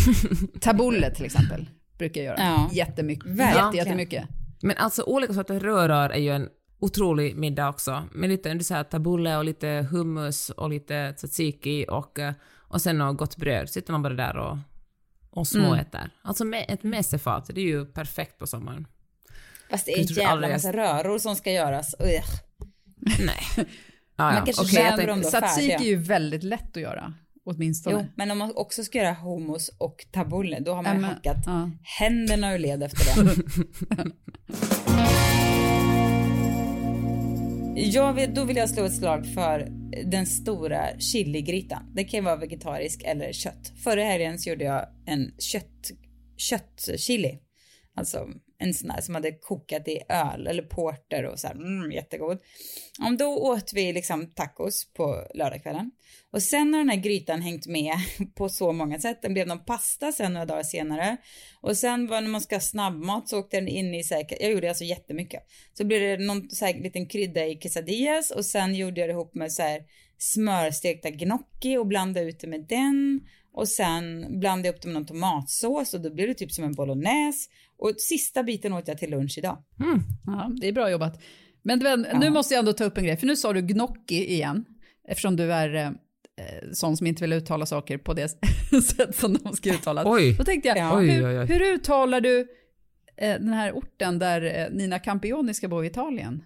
Tabbouleh till exempel brukar jag göra ja. jättemycket, jätte, jättemycket. Men alltså olika sorters rörar är ju en otrolig middag också. Med lite så här tabbouleh och lite hummus och lite tzatziki och, och sen något gott bröd. Sitter man bara där och, och småäter. Mm. Alltså med ett mässefat, det är ju perfekt på sommaren. Fast det är en jävla aldrig... massa röror som ska göras. Ugh. Nej. Ah, ja. Man kanske okay, köper dem då tzatziki är ju väldigt lätt att göra. Åtminstone. Jo, men om man också ska göra hummus och tabbouleh, då har man mm, hackat ja. händerna ur led efter det. jag vill, då vill jag slå ett slag för den stora chiligrytan. Det kan vara vegetarisk eller kött. Förra helgen så gjorde jag en kött, köttchili. Alltså en sån här som hade kokat i öl eller porter och så här, mm, jättegod. Om då åt vi liksom tacos på lördagskvällen. Och sen har den här grytan hängt med på så många sätt. Den blev någon pasta sen några dagar senare. Och sen var när man ska ha snabbmat så åkte den in i säkert, jag gjorde alltså jättemycket. Så blev det någon så här liten krydda i quesadillas och sen gjorde jag det ihop med så här smörstekta gnocchi och blandade ut det med den. Och sen blandade jag upp det med någon tomatsås och då blev det typ som en bolognese. Och sista biten åt jag till lunch idag. Mm. Ja, det är bra jobbat. Men vän, ja. Nu måste jag ändå ta upp en grej. För nu sa du gnocchi igen. Eftersom du är eh, sån som inte vill uttala saker på det sätt som de ska uttalas. Oj. Då tänkte jag, Ja. hur, Oj, oj, oj. hur uttalar du eh, den här orten där eh, Nina Campioni ska bo i Italien?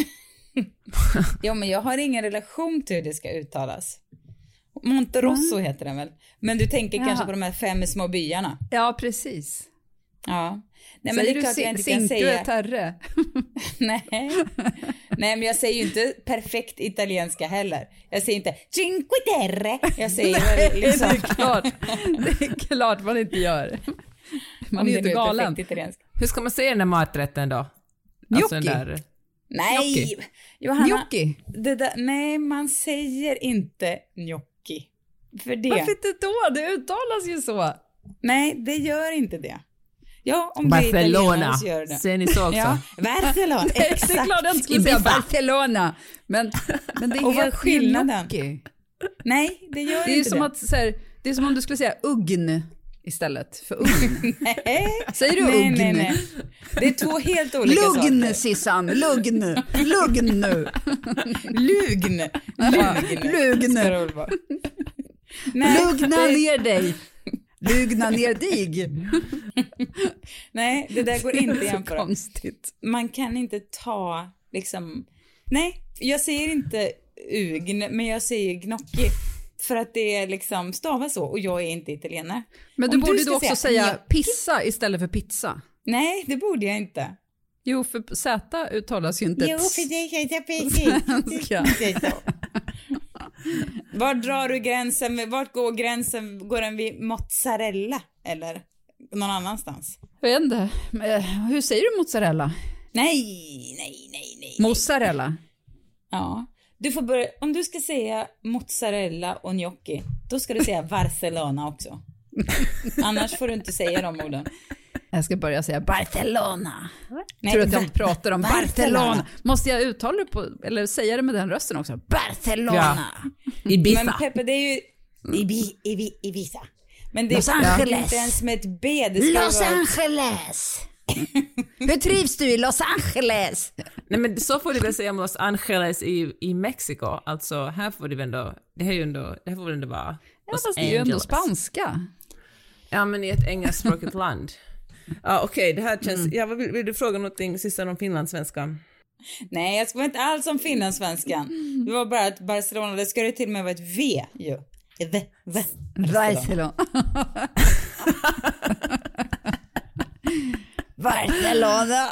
Ja, men jag har ingen relation till hur det ska uttalas. Monterosso mm. heter den väl. Men du tänker ja. kanske på de här fem små byarna. Ja, precis. Ja. Nej, men säger det är klart du jag inte kan säga. Terre? Nej. Nej, men jag säger ju inte perfekt italienska heller. Jag säger inte cinque terre. Jag säger Nej, väl liksom. Det är klart. Det är klart man inte gör. Man är ju inte galen. Är Hur ska man säga den där maträtten då? Gnocchi. Alltså där... Nej, Gnocchi. Johanna. Gnocchi. Det där, nej, man säger inte gnocchi. För det. Varför inte då? Det uttalas ju så. Nej, det gör inte det. Ja, om Barcelona. Det gör det. Ser ni så också? Ja, Barcelona. Exakt. Det är klart jag inte skulle säga Barcelona. Men, men det och vad är heter skillnaden? Gnocchi. Nej, det gör det är inte som det. Att, så här, det är som om du skulle säga ugn istället för ugn. Nej. Säger du nej, ugn? Nej, nej. Det är två helt olika lugn, saker. Lugn, Sissan. Lugn. Lugn nu. Lugn. Lugn. Lugn. Nej, Lugna det... ner dig. Lugna ner dig. Nej, det där går inte att jämföra. Konstigt. Man kan inte ta liksom... Nej, jag säger inte ugn, men jag säger gnocchi. För att det är liksom stavas så, och jag är inte italienare. Men du Om borde du då också säga, säga pissa istället för pizza. Nej, det borde jag inte. Jo, för Z uttalas ju inte. Jo, för det heter precis. Var drar du gränsen? Vart går gränsen? Går den vid mozzarella? Eller någon annanstans? Jag vet inte. Hur säger du mozzarella? Nej, nej, nej, nej. Mozzarella? Ja. Du får börja, om du ska säga mozzarella och gnocchi, då ska du säga Barcelona också. Annars får du inte säga de orden. Jag ska börja säga Barcelona. Nej, tror att jag inte pratar om Barcelona. Barcelona. Måste jag uttala det på, eller säga det med den rösten också? Barcelona. Ja. Ibiza. Men Peppe, det är ju Ibi, Ibi, Ibiza. Men det Los är Angeles. inte ens med ett B. Det ska Los vara... Angeles. Hur trivs du i Los Angeles? Nej, men så får du väl säga om Los Angeles i, i Mexiko. Alltså här får du ändå, det här är ju ändå, det här får väl ändå vara Ja, Los fast det är ju ändå Angeles. spanska. Ja, men i ett engelskspråkigt land. Ja, okej, okay, det här känns, mm. ja, vad vill, vill du fråga någonting sista om finlandssvenska? Nej, jag ska inte alls om finlandssvenskan. Det var bara att Barcelona, det ska det till och med vara ett V ju. V, v, Barcelona. Barcelona.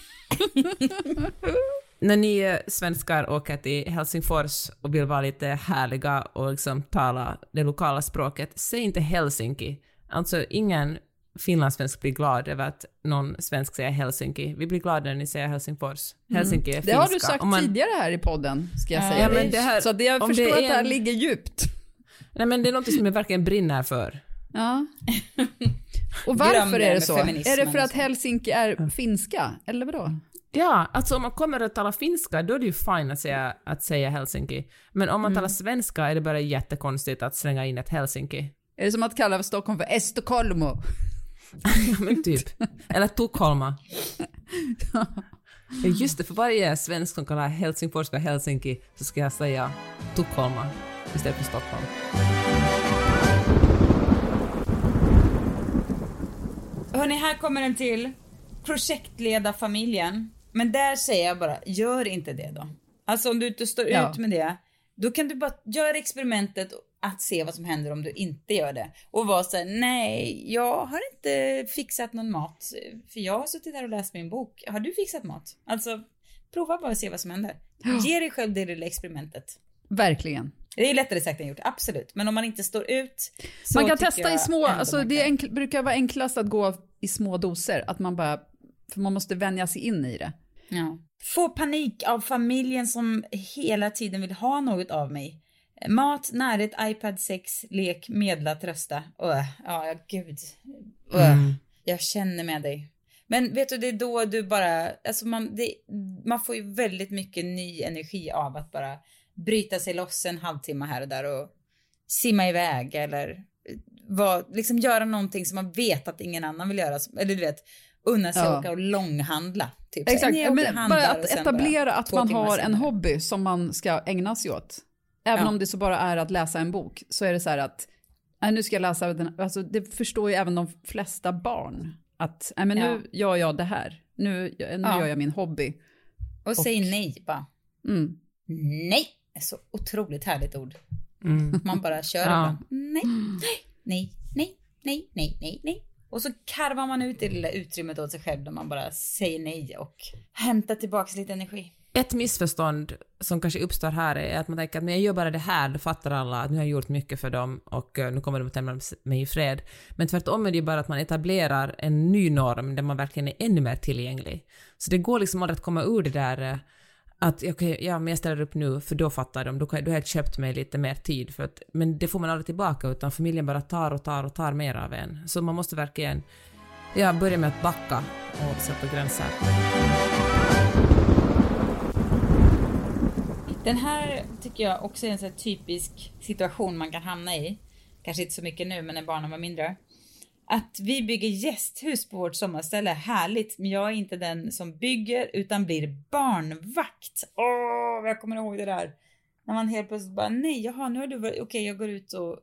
När ni svenskar åker till Helsingfors och vill vara lite härliga och liksom tala det lokala språket, säg inte Helsinki. Alltså ingen finlandssvensk blir glad över att någon svensk säger Helsinki. Vi blir glada när ni säger Helsingfors. Helsinki är finska. Det har du sagt man... tidigare här i podden, ska jag ja, säga. men det här, så det, jag förstår det att det här en... ligger djupt. Nej, men det är något som jag verkligen brinner för. Ja. Och varför är det så? Är det för att Helsinki är finska? Eller vadå? Ja, alltså om man kommer att tala finska, då är det ju fine att säga, att säga Helsinki. Men om man mm. talar svenska är det bara jättekonstigt att slänga in ett Helsinki. Är det som att kalla Stockholm för Estocolmo? Ja, men typ. Eller Tukholma. Ja, just det, för varje svensk som kallar Helsingfors för Helsinki så ska jag säga Tukholma istället för Stockholm. Hörrni, här kommer en till. Projektledarfamiljen. Men där säger jag bara, gör inte det då. Alltså om du inte står ja. ut med det, då kan du bara göra experimentet att se vad som händer om du inte gör det. Och vara så här, nej, jag har inte fixat någon mat. För jag har suttit här och läst min bok. Har du fixat mat? Alltså, prova bara att se vad som händer. Ja. Ge dig själv det lilla experimentet. Verkligen. Det är lättare sagt än gjort, absolut. Men om man inte står ut så man kan testa i små, alltså det kan... enkl, brukar vara enklast att gå i små doser. Att man bara, för man måste vänja sig in i det. Ja. Få panik av familjen som hela tiden vill ha något av mig. Mat, närhet, iPad, sex, lek, medla, trösta. Öh, ja, gud. Öh. Mm. Jag känner med dig. Men vet du, det är då du bara... Alltså man, det, man får ju väldigt mycket ny energi av att bara bryta sig loss en halvtimme här och där och simma iväg eller var, liksom göra någonting som man vet att ingen annan vill göra. Eller du vet, unna sig Ja. åka och långhandla. Typ. Exakt, Nej, men bara att etablera bara att två man timmar har en senare. hobby som man ska ägna sig åt. Även Ja. om det så bara är att läsa en bok, så är det så här att nej, nu ska jag läsa den, alltså det förstår ju även de flesta barn att nej, men nu Ja. gör jag det här, nu, nu Ja. gör jag min hobby. Och, och säg nej bara. Mm. Nej, det är så otroligt härligt ord. Mm. Man bara kör Ja. ibland. Nej, nej, nej, nej, nej, nej, nej. Och så karvar man ut det lilla utrymmet åt sig själv där man bara säger nej och hämtar tillbaka lite energi. Ett missförstånd som kanske uppstår här är att man tänker att men jag gör bara det här, då fattar alla att nu har jag gjort mycket för dem och uh, nu kommer de att lämna mig i fred. Men tvärtom är det ju bara att man etablerar en ny norm där man verkligen är ännu mer tillgänglig. Så det går liksom aldrig att komma ur det där uh, att okay, ja, men jag ställer upp nu för då fattar de, då, då har jag köpt mig lite mer tid. För att, men det får man aldrig tillbaka utan familjen bara tar och tar och tar mer av en. Så man måste verkligen ja, börja med att backa och sätta gränser. Den här tycker jag också är en sån här typisk situation man kan hamna i. Kanske inte så mycket nu, men när barnen var mindre. Att vi bygger gästhus på vårt sommarställe, härligt. Men jag är inte den som bygger utan blir barnvakt. Åh, jag kommer ihåg det där. När man helt plötsligt bara, nej, jaha, nu har du varit, okej, okay, jag går ut och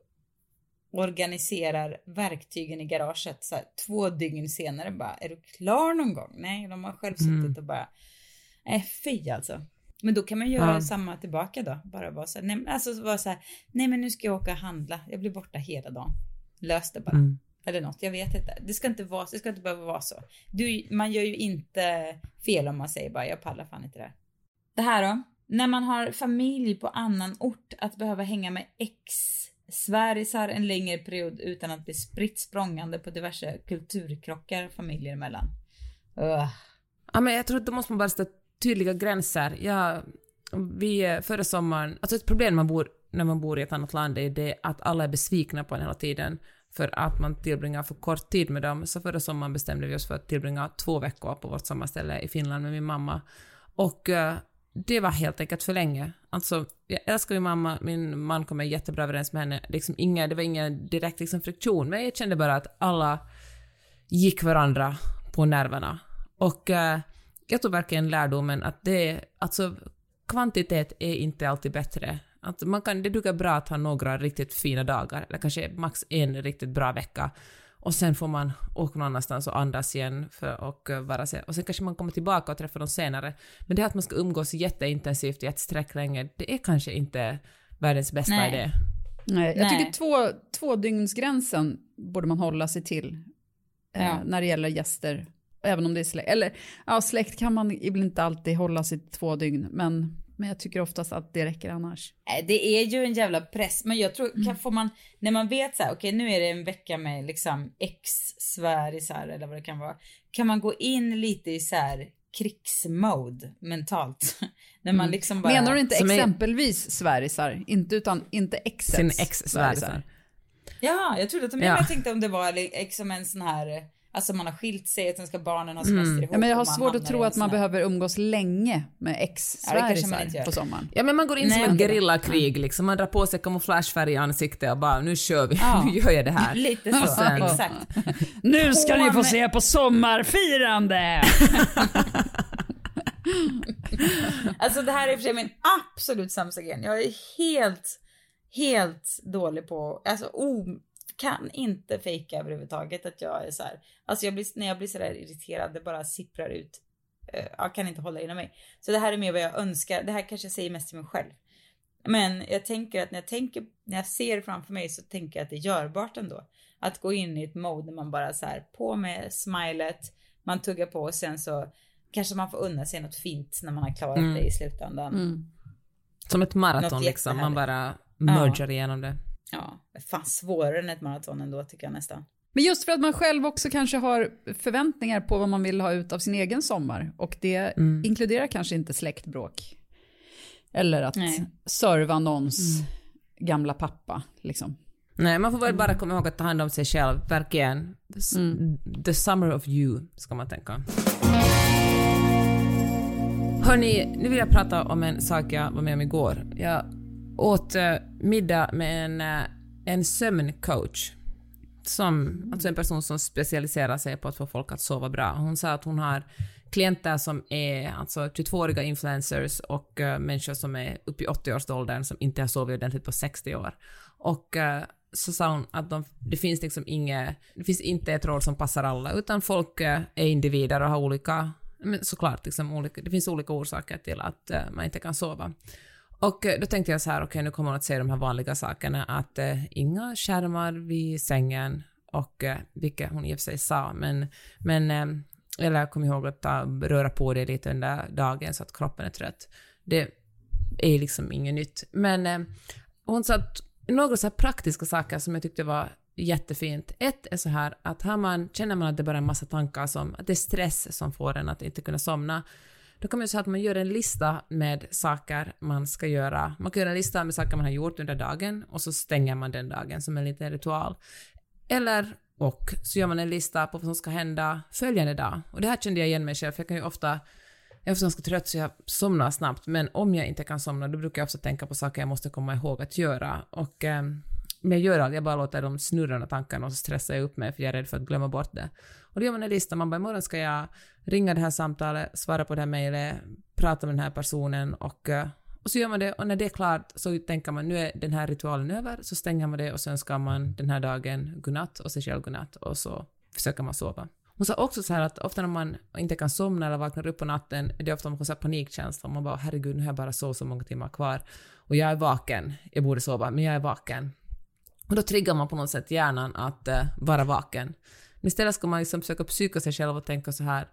organiserar verktygen i garaget. Så här, två dygn senare bara, är du klar någon gång? Nej, de har själv suttit Mm. och bara, nej, fy alltså. Men då kan man göra Ja. samma tillbaka då. Bara vara så här, nej, alltså vara så här, nej men nu ska jag åka och handla. Jag blir borta hela dagen. Lös det bara. Mm. Eller något, jag vet inte. Det ska inte vara, det ska inte behöva vara så. Du, man gör ju inte fel om man säger bara, jag pallar fan inte det här. Det här då. När man har familj på annan ort, att behöva hänga med ex-svärisar en längre period utan att bli spritt språngande på diverse kulturkrockar familjer emellan. Ugh. Ja, men jag tror att då måste man bara sätta tydliga gränser. Ja, vi förra sommaren, alltså ett problem man bor, när man bor i ett annat land är det att alla är besvikna på en hela tiden för att man tillbringar för kort tid med dem. Så förra sommaren bestämde vi oss för att tillbringa två veckor på vårt sommarställe i Finland med min mamma. Och uh, det var helt enkelt för länge. Alltså, jag älskar min mamma, min man kommer jättebra överens med henne. Liksom inga, det var ingen direkt liksom friktion, men jag kände bara att alla gick varandra på nerverna. Och uh, jag tog verkligen lärdomen att det, alltså kvantitet är inte alltid bättre. Att man kan, det duger bra att ha några riktigt fina dagar, eller kanske max en riktigt bra vecka. Och sen får man åka någon annanstans och andas igen för, och vara sig. Och sen kanske man kommer tillbaka och träffar dem senare. Men det här att man ska umgås jätteintensivt i ett sträck länge, det är kanske inte världens bästa Nej. idé. Nej, jag Nej. tycker två, två dygnsgränsen borde man hålla sig till eh, Ja. när det gäller gäster. Även om det är släkt. Eller ja, släkt kan man inte alltid hålla sig till två dygn. Men, men jag tycker oftast att det räcker annars. Nej, det är ju en jävla press. Men jag tror, Mm. kan, får man, när man vet så här, okej, nu är det en vecka med liksom ex-svärisar eller vad det kan vara. Kan man gå in lite i så här krigsmode mentalt? När man liksom bara... Menar du inte Som är- exempelvis svärisar? Inte utan inte exets Sin ex-svärisar. Ja, jag trodde att de Ja. jag tänkte om det var liksom en sån här, alltså man har skilt sig och sen ska barnen ha semester Mm. ihop. Ja, men jag har och man svårt att hamnar tro i en att man sån här- behöver umgås länge med Ja, det kanske man ex-svärisar inte gör. på sommaren. Ja, men man går in Nej, som ett okej. gerillakrig liksom. Man drar på sig kamouflagefärg i ansiktet och bara, nu kör vi, Ja. nu gör jag det här. Lite så, sen- exakt. Nu ska ni få se på sommarfirande! Alltså det här är för sig min absolut sämsta gren. Jag är helt, helt dålig på, alltså oh, kan inte fejka överhuvudtaget att jag är så här. Alltså jag blir, när jag blir så där irriterad, det bara sipprar ut. Uh, jag kan inte hålla inom mig. Så det här är mer vad jag önskar. Det här kanske jag säger mest till mig själv. Men jag tänker att när jag tänker, när jag ser framför mig så tänker jag att det är görbart ändå. Att gå in i ett mode när man bara så här, på med smilet, man tuggar på och sen så kanske man får unna sig något fint när man har klarat Mm. det i slutändan. Mm. Som ett maraton Något liksom, man jättehärligt. bara mergar igenom det. Ja, det är fan svårare än ett maraton ändå tycker jag nästan. Men just för att man själv också kanske har förväntningar på vad man vill ha ut av sin egen sommar. Och det Mm. inkluderar kanske inte släktbråk. Eller att Nej. serva någons gamla pappa. Liksom. Nej, man får väl bara komma ihåg att ta hand om sig själv, verkligen. S- Mm. The summer of you, ska man tänka. Hörni, nu vill jag prata om en sak jag var med om igår. Jag åt uh, middag med en, uh, en sömncoach som alltså en person som specialiserar sig på att få folk att sova bra. Hon sa att hon har klienter som är alltså tjugotvååriga influencers och uh, människor som är uppe i åttio-årsåldern som inte har sovit ordentligt på sextio år. Och uh, så sa hon att de, det finns liksom inget, det finns inte ett råd som passar alla, utan folk uh, är individer och har olika, men såklart liksom olika, det finns olika orsaker till att uh, man inte kan sova. Och uh, då tänkte jag så här, okej okay, nu kommer hon att säga de här vanliga sakerna, att uh, inga skärmar vid sängen, och uh, vilket hon i och för sig sa, men, men uh, eller kom ihåg att ta, röra på det lite under dagen så att kroppen är trött. Det är liksom inget nytt. Men eh, hon sa att några så här praktiska saker som jag tyckte var jättefint. Ett är så här att har man, känner man att det bara är en massa tankar som att det är stress som får en att inte kunna somna. Då kan man ju säga att man gör en lista med saker man ska göra. Man kan göra en lista med saker man har gjort under dagen och så stänger man den dagen som en liten ritual. Eller och så gör man en lista på vad som ska hända följande dag. Och det här kände jag igen mig själv. För jag kan ju ofta, jag är ofta ganska trött så jag somnar snabbt. Men om jag inte kan somna, då brukar jag ofta tänka på saker jag måste komma ihåg att göra. Och eh, men jag gör allt, jag bara låter dem snurra de tankarna och så stressar jag upp mig för jag är rädd för att glömma bort det. Och då gör man en lista, man bara imorgon ska jag ringa det här samtalet, svara på det här mejlet, prata med den här personen och... Eh, Och så gör man det, och när det är klart så tänker man nu är den här ritualen över, så stänger man det och sen ska man den här dagen godnatt och sig själv godnatt och så försöker man sova. Hon sa också så här att ofta när man inte kan somna eller vaknar upp på natten, det är ofta man får så här panikkänsla och man bara herregud nu har jag bara så så många timmar kvar och jag är vaken, jag borde sova men jag är vaken. Och då triggar man på något sätt hjärnan att uh, vara vaken. Men istället ska man liksom försöka psyka sig själv och tänka så här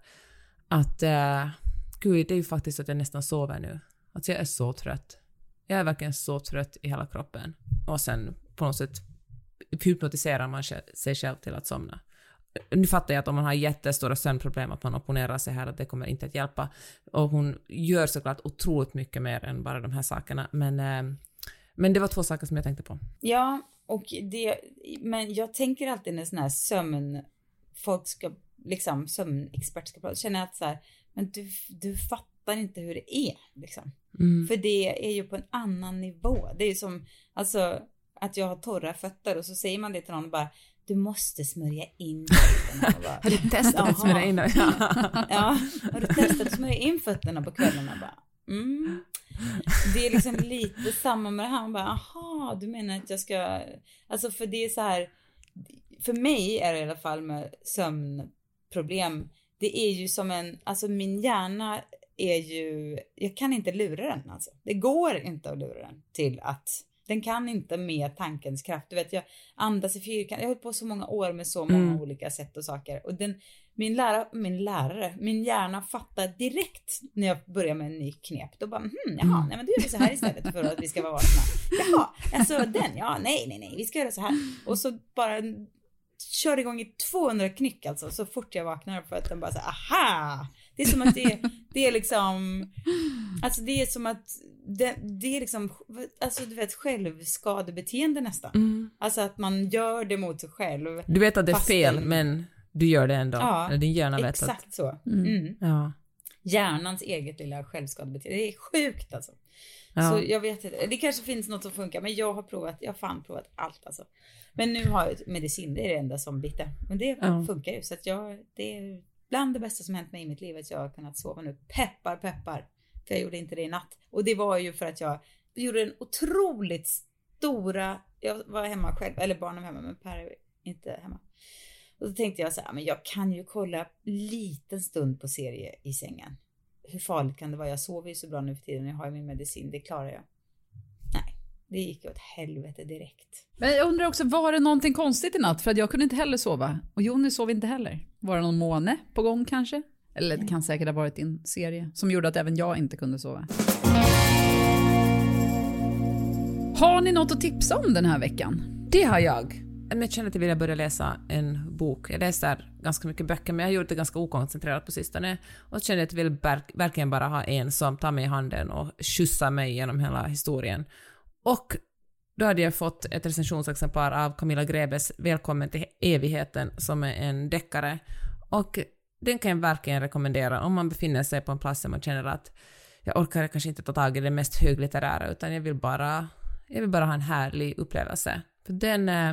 att uh, gud det är ju faktiskt att jag nästan sover nu. Att jag är så trött. Jag är verkligen så trött i hela kroppen. Och sen på något sätt hypnotiserar man sig själv till att somna. Nu fattar jag att om man har jättestora sömnproblem att man opponerar sig här att det kommer inte att hjälpa. Och hon gör såklart otroligt mycket mer än bara de här sakerna. Men, eh, men det var två saker som jag tänkte på. Ja, och det, men jag tänker alltid när sån här sömn, folk ska, liksom sömnexperter ska prata, känner att så här, men du, du fattar inte hur det är liksom. Mm. För det är ju på en annan nivå. Det är ju som alltså att jag har torra fötter och så säger man det till någon bara du måste smörja in fötterna. Bara, har du testat att smörja in dem? Ja, har du testat att smörja in fötterna på kvällarna? Bara, mm. Det är liksom lite samma med det här. Man bara, aha, du menar att jag ska... Alltså för det är så här... För mig är det i alla fall med sömnproblem. Det är ju som en... Alltså min hjärna är ju... Jag kan inte lura den alltså. Det går inte att lura den till att... Den kan inte med tankens kraft. Du vet, jag andas i fyrkant. Jag har hållit på så många år med så många mm. olika sätt och saker. Och den, min, lärare, min lärare, min hjärna fattar direkt när jag börjar med en ny knep. Då bara, hmm, jaha, nej men då gör vi så här istället för att vi ska vara vakna. Jaha, alltså den, ja, nej, nej, nej, vi ska göra så här. Och så bara kör igång i tvåhundra knyck alltså, så fort jag vaknar för att den bara så aha! Det är som att det, det är liksom, alltså det är som att det, det är liksom, alltså du vet, självskadebeteende nästan. Mm. Alltså att man gör det mot sig själv. Du vet att det är fel, den, men du gör det ändå. Ja, eller din hjärna vet exakt att... så. Mm. Mm. Ja. Hjärnans eget lilla självskadebeteende. Det är sjukt alltså. Ja. Så jag vet inte, det kanske finns något som funkar, men jag har provat, jag har fan provat allt alltså. Men nu har jag medicin, det är det enda som bitter. Men det ja. funkar ju, så att jag, det är bland det bästa som hänt mig i mitt liv att jag har kunnat sova nu. Peppar, peppar. För jag gjorde inte det i natt. Och det var ju för att jag gjorde en otroligt stora, jag var hemma själv, eller barnen hemma, men Per är inte hemma. Och så tänkte jag så här, men jag kan ju kolla liten stund på serie i sängen. Hur farligt kan det vara? Jag sover ju så bra nu för tiden. Jag har ju min medicin, det klarar jag. Nej, det gick åt helvete direkt. Men jag undrar också, var det någonting konstigt i natt? För att jag kunde inte heller sova. Och Jonny sov inte heller. Var det någon måne på gång kanske? Eller det kan säkert ha varit din serie som gjorde att även jag inte kunde sova. Har ni något att tipsa om den här veckan? Det har jag. Jag känner att jag vill börja läsa en bok. Jag läser ganska mycket böcker, men jag har gjort det ganska okoncentrerat på sistone. Och så känner jag att jag vill verk- verkligen bara ha en som tar mig i handen och skjutsar mig genom hela historien. Och då hade jag fått ett recensionsexemplar av Camilla Grebes Välkommen till evigheten, som är en deckare. Och den kan jag verkligen rekommendera om man befinner sig på en plats där man känner att jag orkar kanske inte ta tag i det mest höglitterära, utan jag vill bara, jag vill bara ha en härlig upplevelse. För den,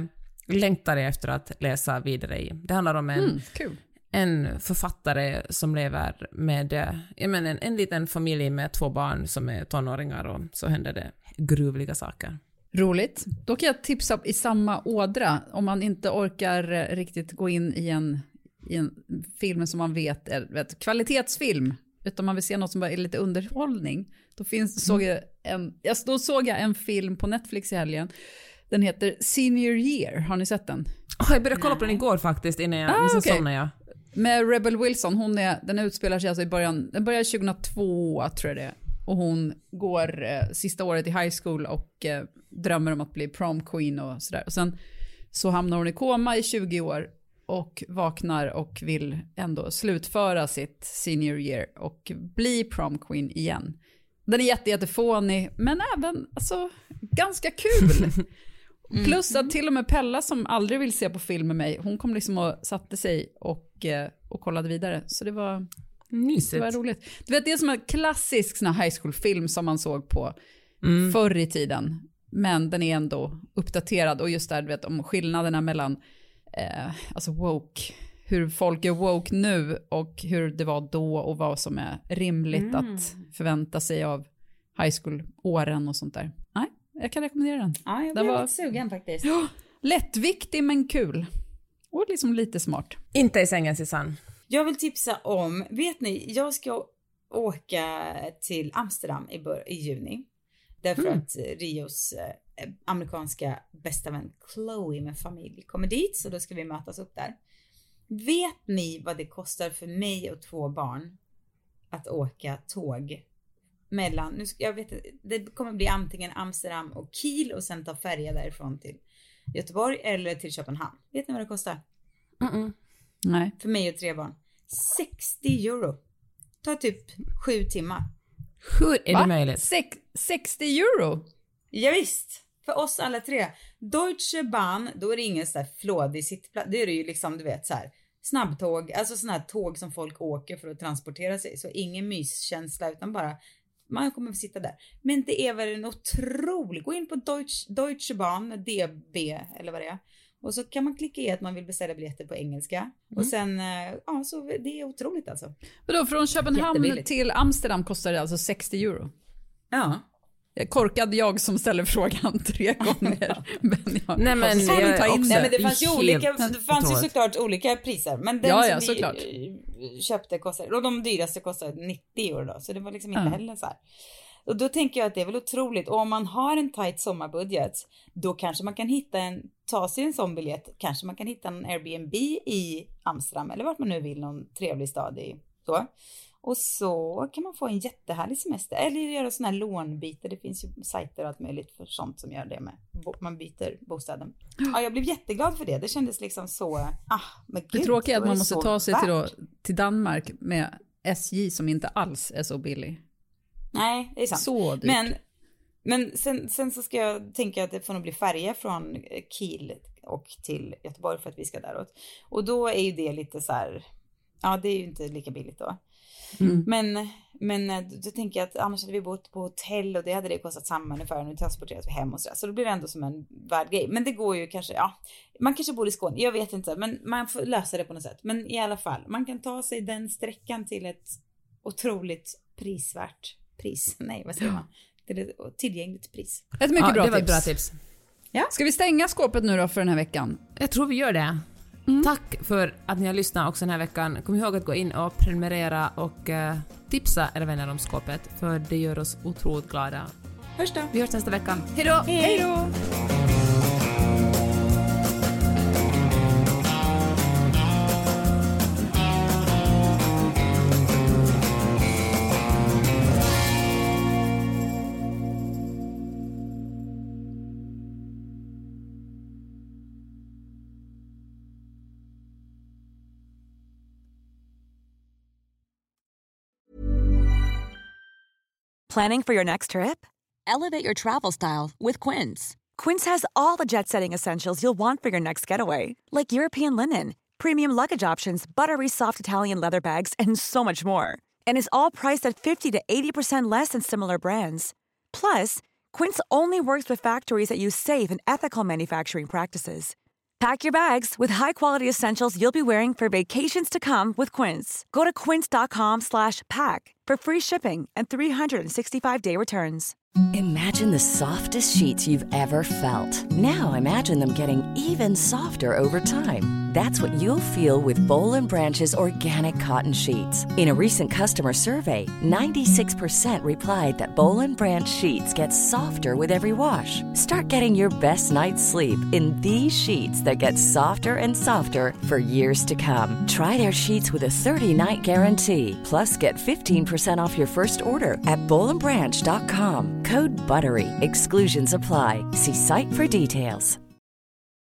längtar jag efter att läsa vidare i. Det handlar om en, Mm, kul. en författare som lever med jag menar, en, en liten familj med två barn som är tonåringar och så händer det gruvliga saker. Roligt. Då kan jag tipsa i samma ådra om man inte orkar eh, riktigt gå in i en, i en film som man vet är vet, kvalitetsfilm, utan man vill se något som bara är lite underhållning. Då finns, såg jag en, jag, då såg jag en film på Netflix i helgen. Den heter Senior Year. Har ni sett den? Oh, jag började kolla på den igår faktiskt innan jag, Ah, sen okay. somnade jag. Med Rebel Wilson, hon är, den utspelar sig alltså i början, den börjar tjugohundratvå tror jag det är. Och hon går eh, sista året i high school och eh, drömmer om att bli prom queen och sådär. Och sen så hamnar hon i koma i tjugo år och vaknar och vill ändå slutföra sitt senior year och bli prom queen igen. Den är jätte, jättefånig, men även alltså, ganska kul. Mm. Plus att till och med Pella som aldrig vill se på film med mig, hon kom liksom och satte sig och, eh, och kollade vidare. Så det var... Mysigt. Det var roligt. Du vet, det är som en klassisk sån här high school-film som man såg på Mm. förr i tiden. Men den är ändå uppdaterad. Och just där, du vet, om skillnaderna mellan eh, alltså woke, hur folk är woke nu och hur det var då och vad som är rimligt Mm. att förvänta sig av high school-åren och sånt där. Nej, jag kan rekommendera den. Ja, jag Den blev var- lite sugen faktiskt. Lättviktig men kul. Och liksom lite smart. Inte i sängen, Susanne. Jag vill tipsa om, vet ni, jag ska åka till Amsterdam i, bör- i juni. Därför Mm. att Rios eh, amerikanska bästa vän Chloe med familj kommer dit. Så då ska vi mötas upp där. Vet ni vad det kostar för mig och två barn att åka tåg mellan, nu ska, jag vet, det kommer bli antingen Amsterdam och Kiel och sen ta färja därifrån till Göteborg eller till Köpenhamn. Vet ni vad det kostar? Mm-mm. Nej. För mig och tre barn. sextio euro. Tar typ sju timmar. Hur är Va? det möjligt? Sex, sextio euro? Ja, visst. För oss alla tre. Deutsche Bahn, då är det ingen sån här flådig sittplats. Det är det ju liksom, du vet, så här snabbtåg. Alltså såna här tåg som folk åker för att transportera sig. Så ingen myskänsla utan bara, man kommer att sitta där. Men det är väl en otrolig, gå in på Deutsche, Deutsche Bahn, D B eller vad det är. Och så kan man klicka i att man vill beställa biljetter på engelska. Mm. Och sen, ja, så det är otroligt alltså. Men då från Köpenhamn Jättebilligt. till Amsterdam kostar det alltså sextio euro. Ja. Korkad jag som ställer frågan tre gånger. Men jag, Nej, men så får jag ni ta in också- Nej, det. men det fanns ju Helt olika, det fanns ju otroligt. såklart olika priser. Men den Ja, ja, som såklart. vi eh, köpte kostade, och de dyraste kostade nittio euro då. Så det var liksom inte Ja. heller så här. Och då tänker jag att det är väl otroligt. Och om man har en tight sommarbudget, då kanske man kan hitta en, ta sig en sån biljett. Kanske man kan hitta en Airbnb i Amsterdam eller vart man nu vill, någon trevlig stad i så. Och så kan man få en jättehärlig semester. Eller göra sådana här lånbyte. Det finns ju sajter och allt möjligt för sånt som gör det med. Man byter bostaden. Ja, jag blev jätteglad för det. Det kändes liksom så... Ah, men Det gud, tråkiga är att då man det måste så ta sig till, då, värt. till Danmark med S J som inte alls är så billig. Nej, det är sant. Så dyrt. Men, men sen, sen så ska jag tänka att det får nog bli färja från Kiel och till Göteborg för att vi ska däråt. Och då är ju det lite så här... Ja, det är ju inte lika billigt då. Mm. Men, men då tänker jag att annars hade vi bott på hotell och det hade det kostat samma ungefär. Nu transporteras vi hem och sådär. Så då blir det ändå som en värd grej. Men det går ju kanske, ja. Man kanske bor i Skåne, jag vet inte. Men man får lösa det på något sätt. Men i alla fall, man kan ta sig den sträckan till ett otroligt prisvärt pris. Nej, vad säger man? Till ett tillgängligt pris. Ett mycket Ja, bra, det var tips. ett bra tips. Ska vi stänga skåpet nu då för den här veckan? Jag tror vi gör det. Tack för att ni har lyssnat också den här veckan. Kom ihåg att gå in och prenumerera och eh, tipsa era vänner om skåpet, för det gör oss otroligt glada. Hörs då! Vi hörs nästa vecka. Hej då! Hej då! Planning for your next trip? Elevate your travel style with Quince. Quince has all the jet-setting essentials you'll want for your next getaway, like European linen, premium luggage options, buttery soft Italian leather bags, and so much more. And is all priced at fifty to eighty percent less than similar brands. Plus, Quince only works with factories that use safe and ethical manufacturing practices. Pack your bags with high-quality essentials you'll be wearing for vacations to come with Quince. Go to quince.com slash pack for free shipping and three sixty-five day returns. Imagine the softest sheets you've ever felt. Now imagine them getting even softer over time. That's what you'll feel with Boll and Branch's organic cotton sheets. In a recent customer survey, ninety-six percent replied that Boll and Branch sheets get softer with every wash. Start getting your best night's sleep in these sheets that get softer and softer for years to come. Try their sheets with a thirty-night guarantee. Plus, get fifteen percent off your first order at boll and branch dot com. Code BUTTERY. Exclusions apply. See site for details.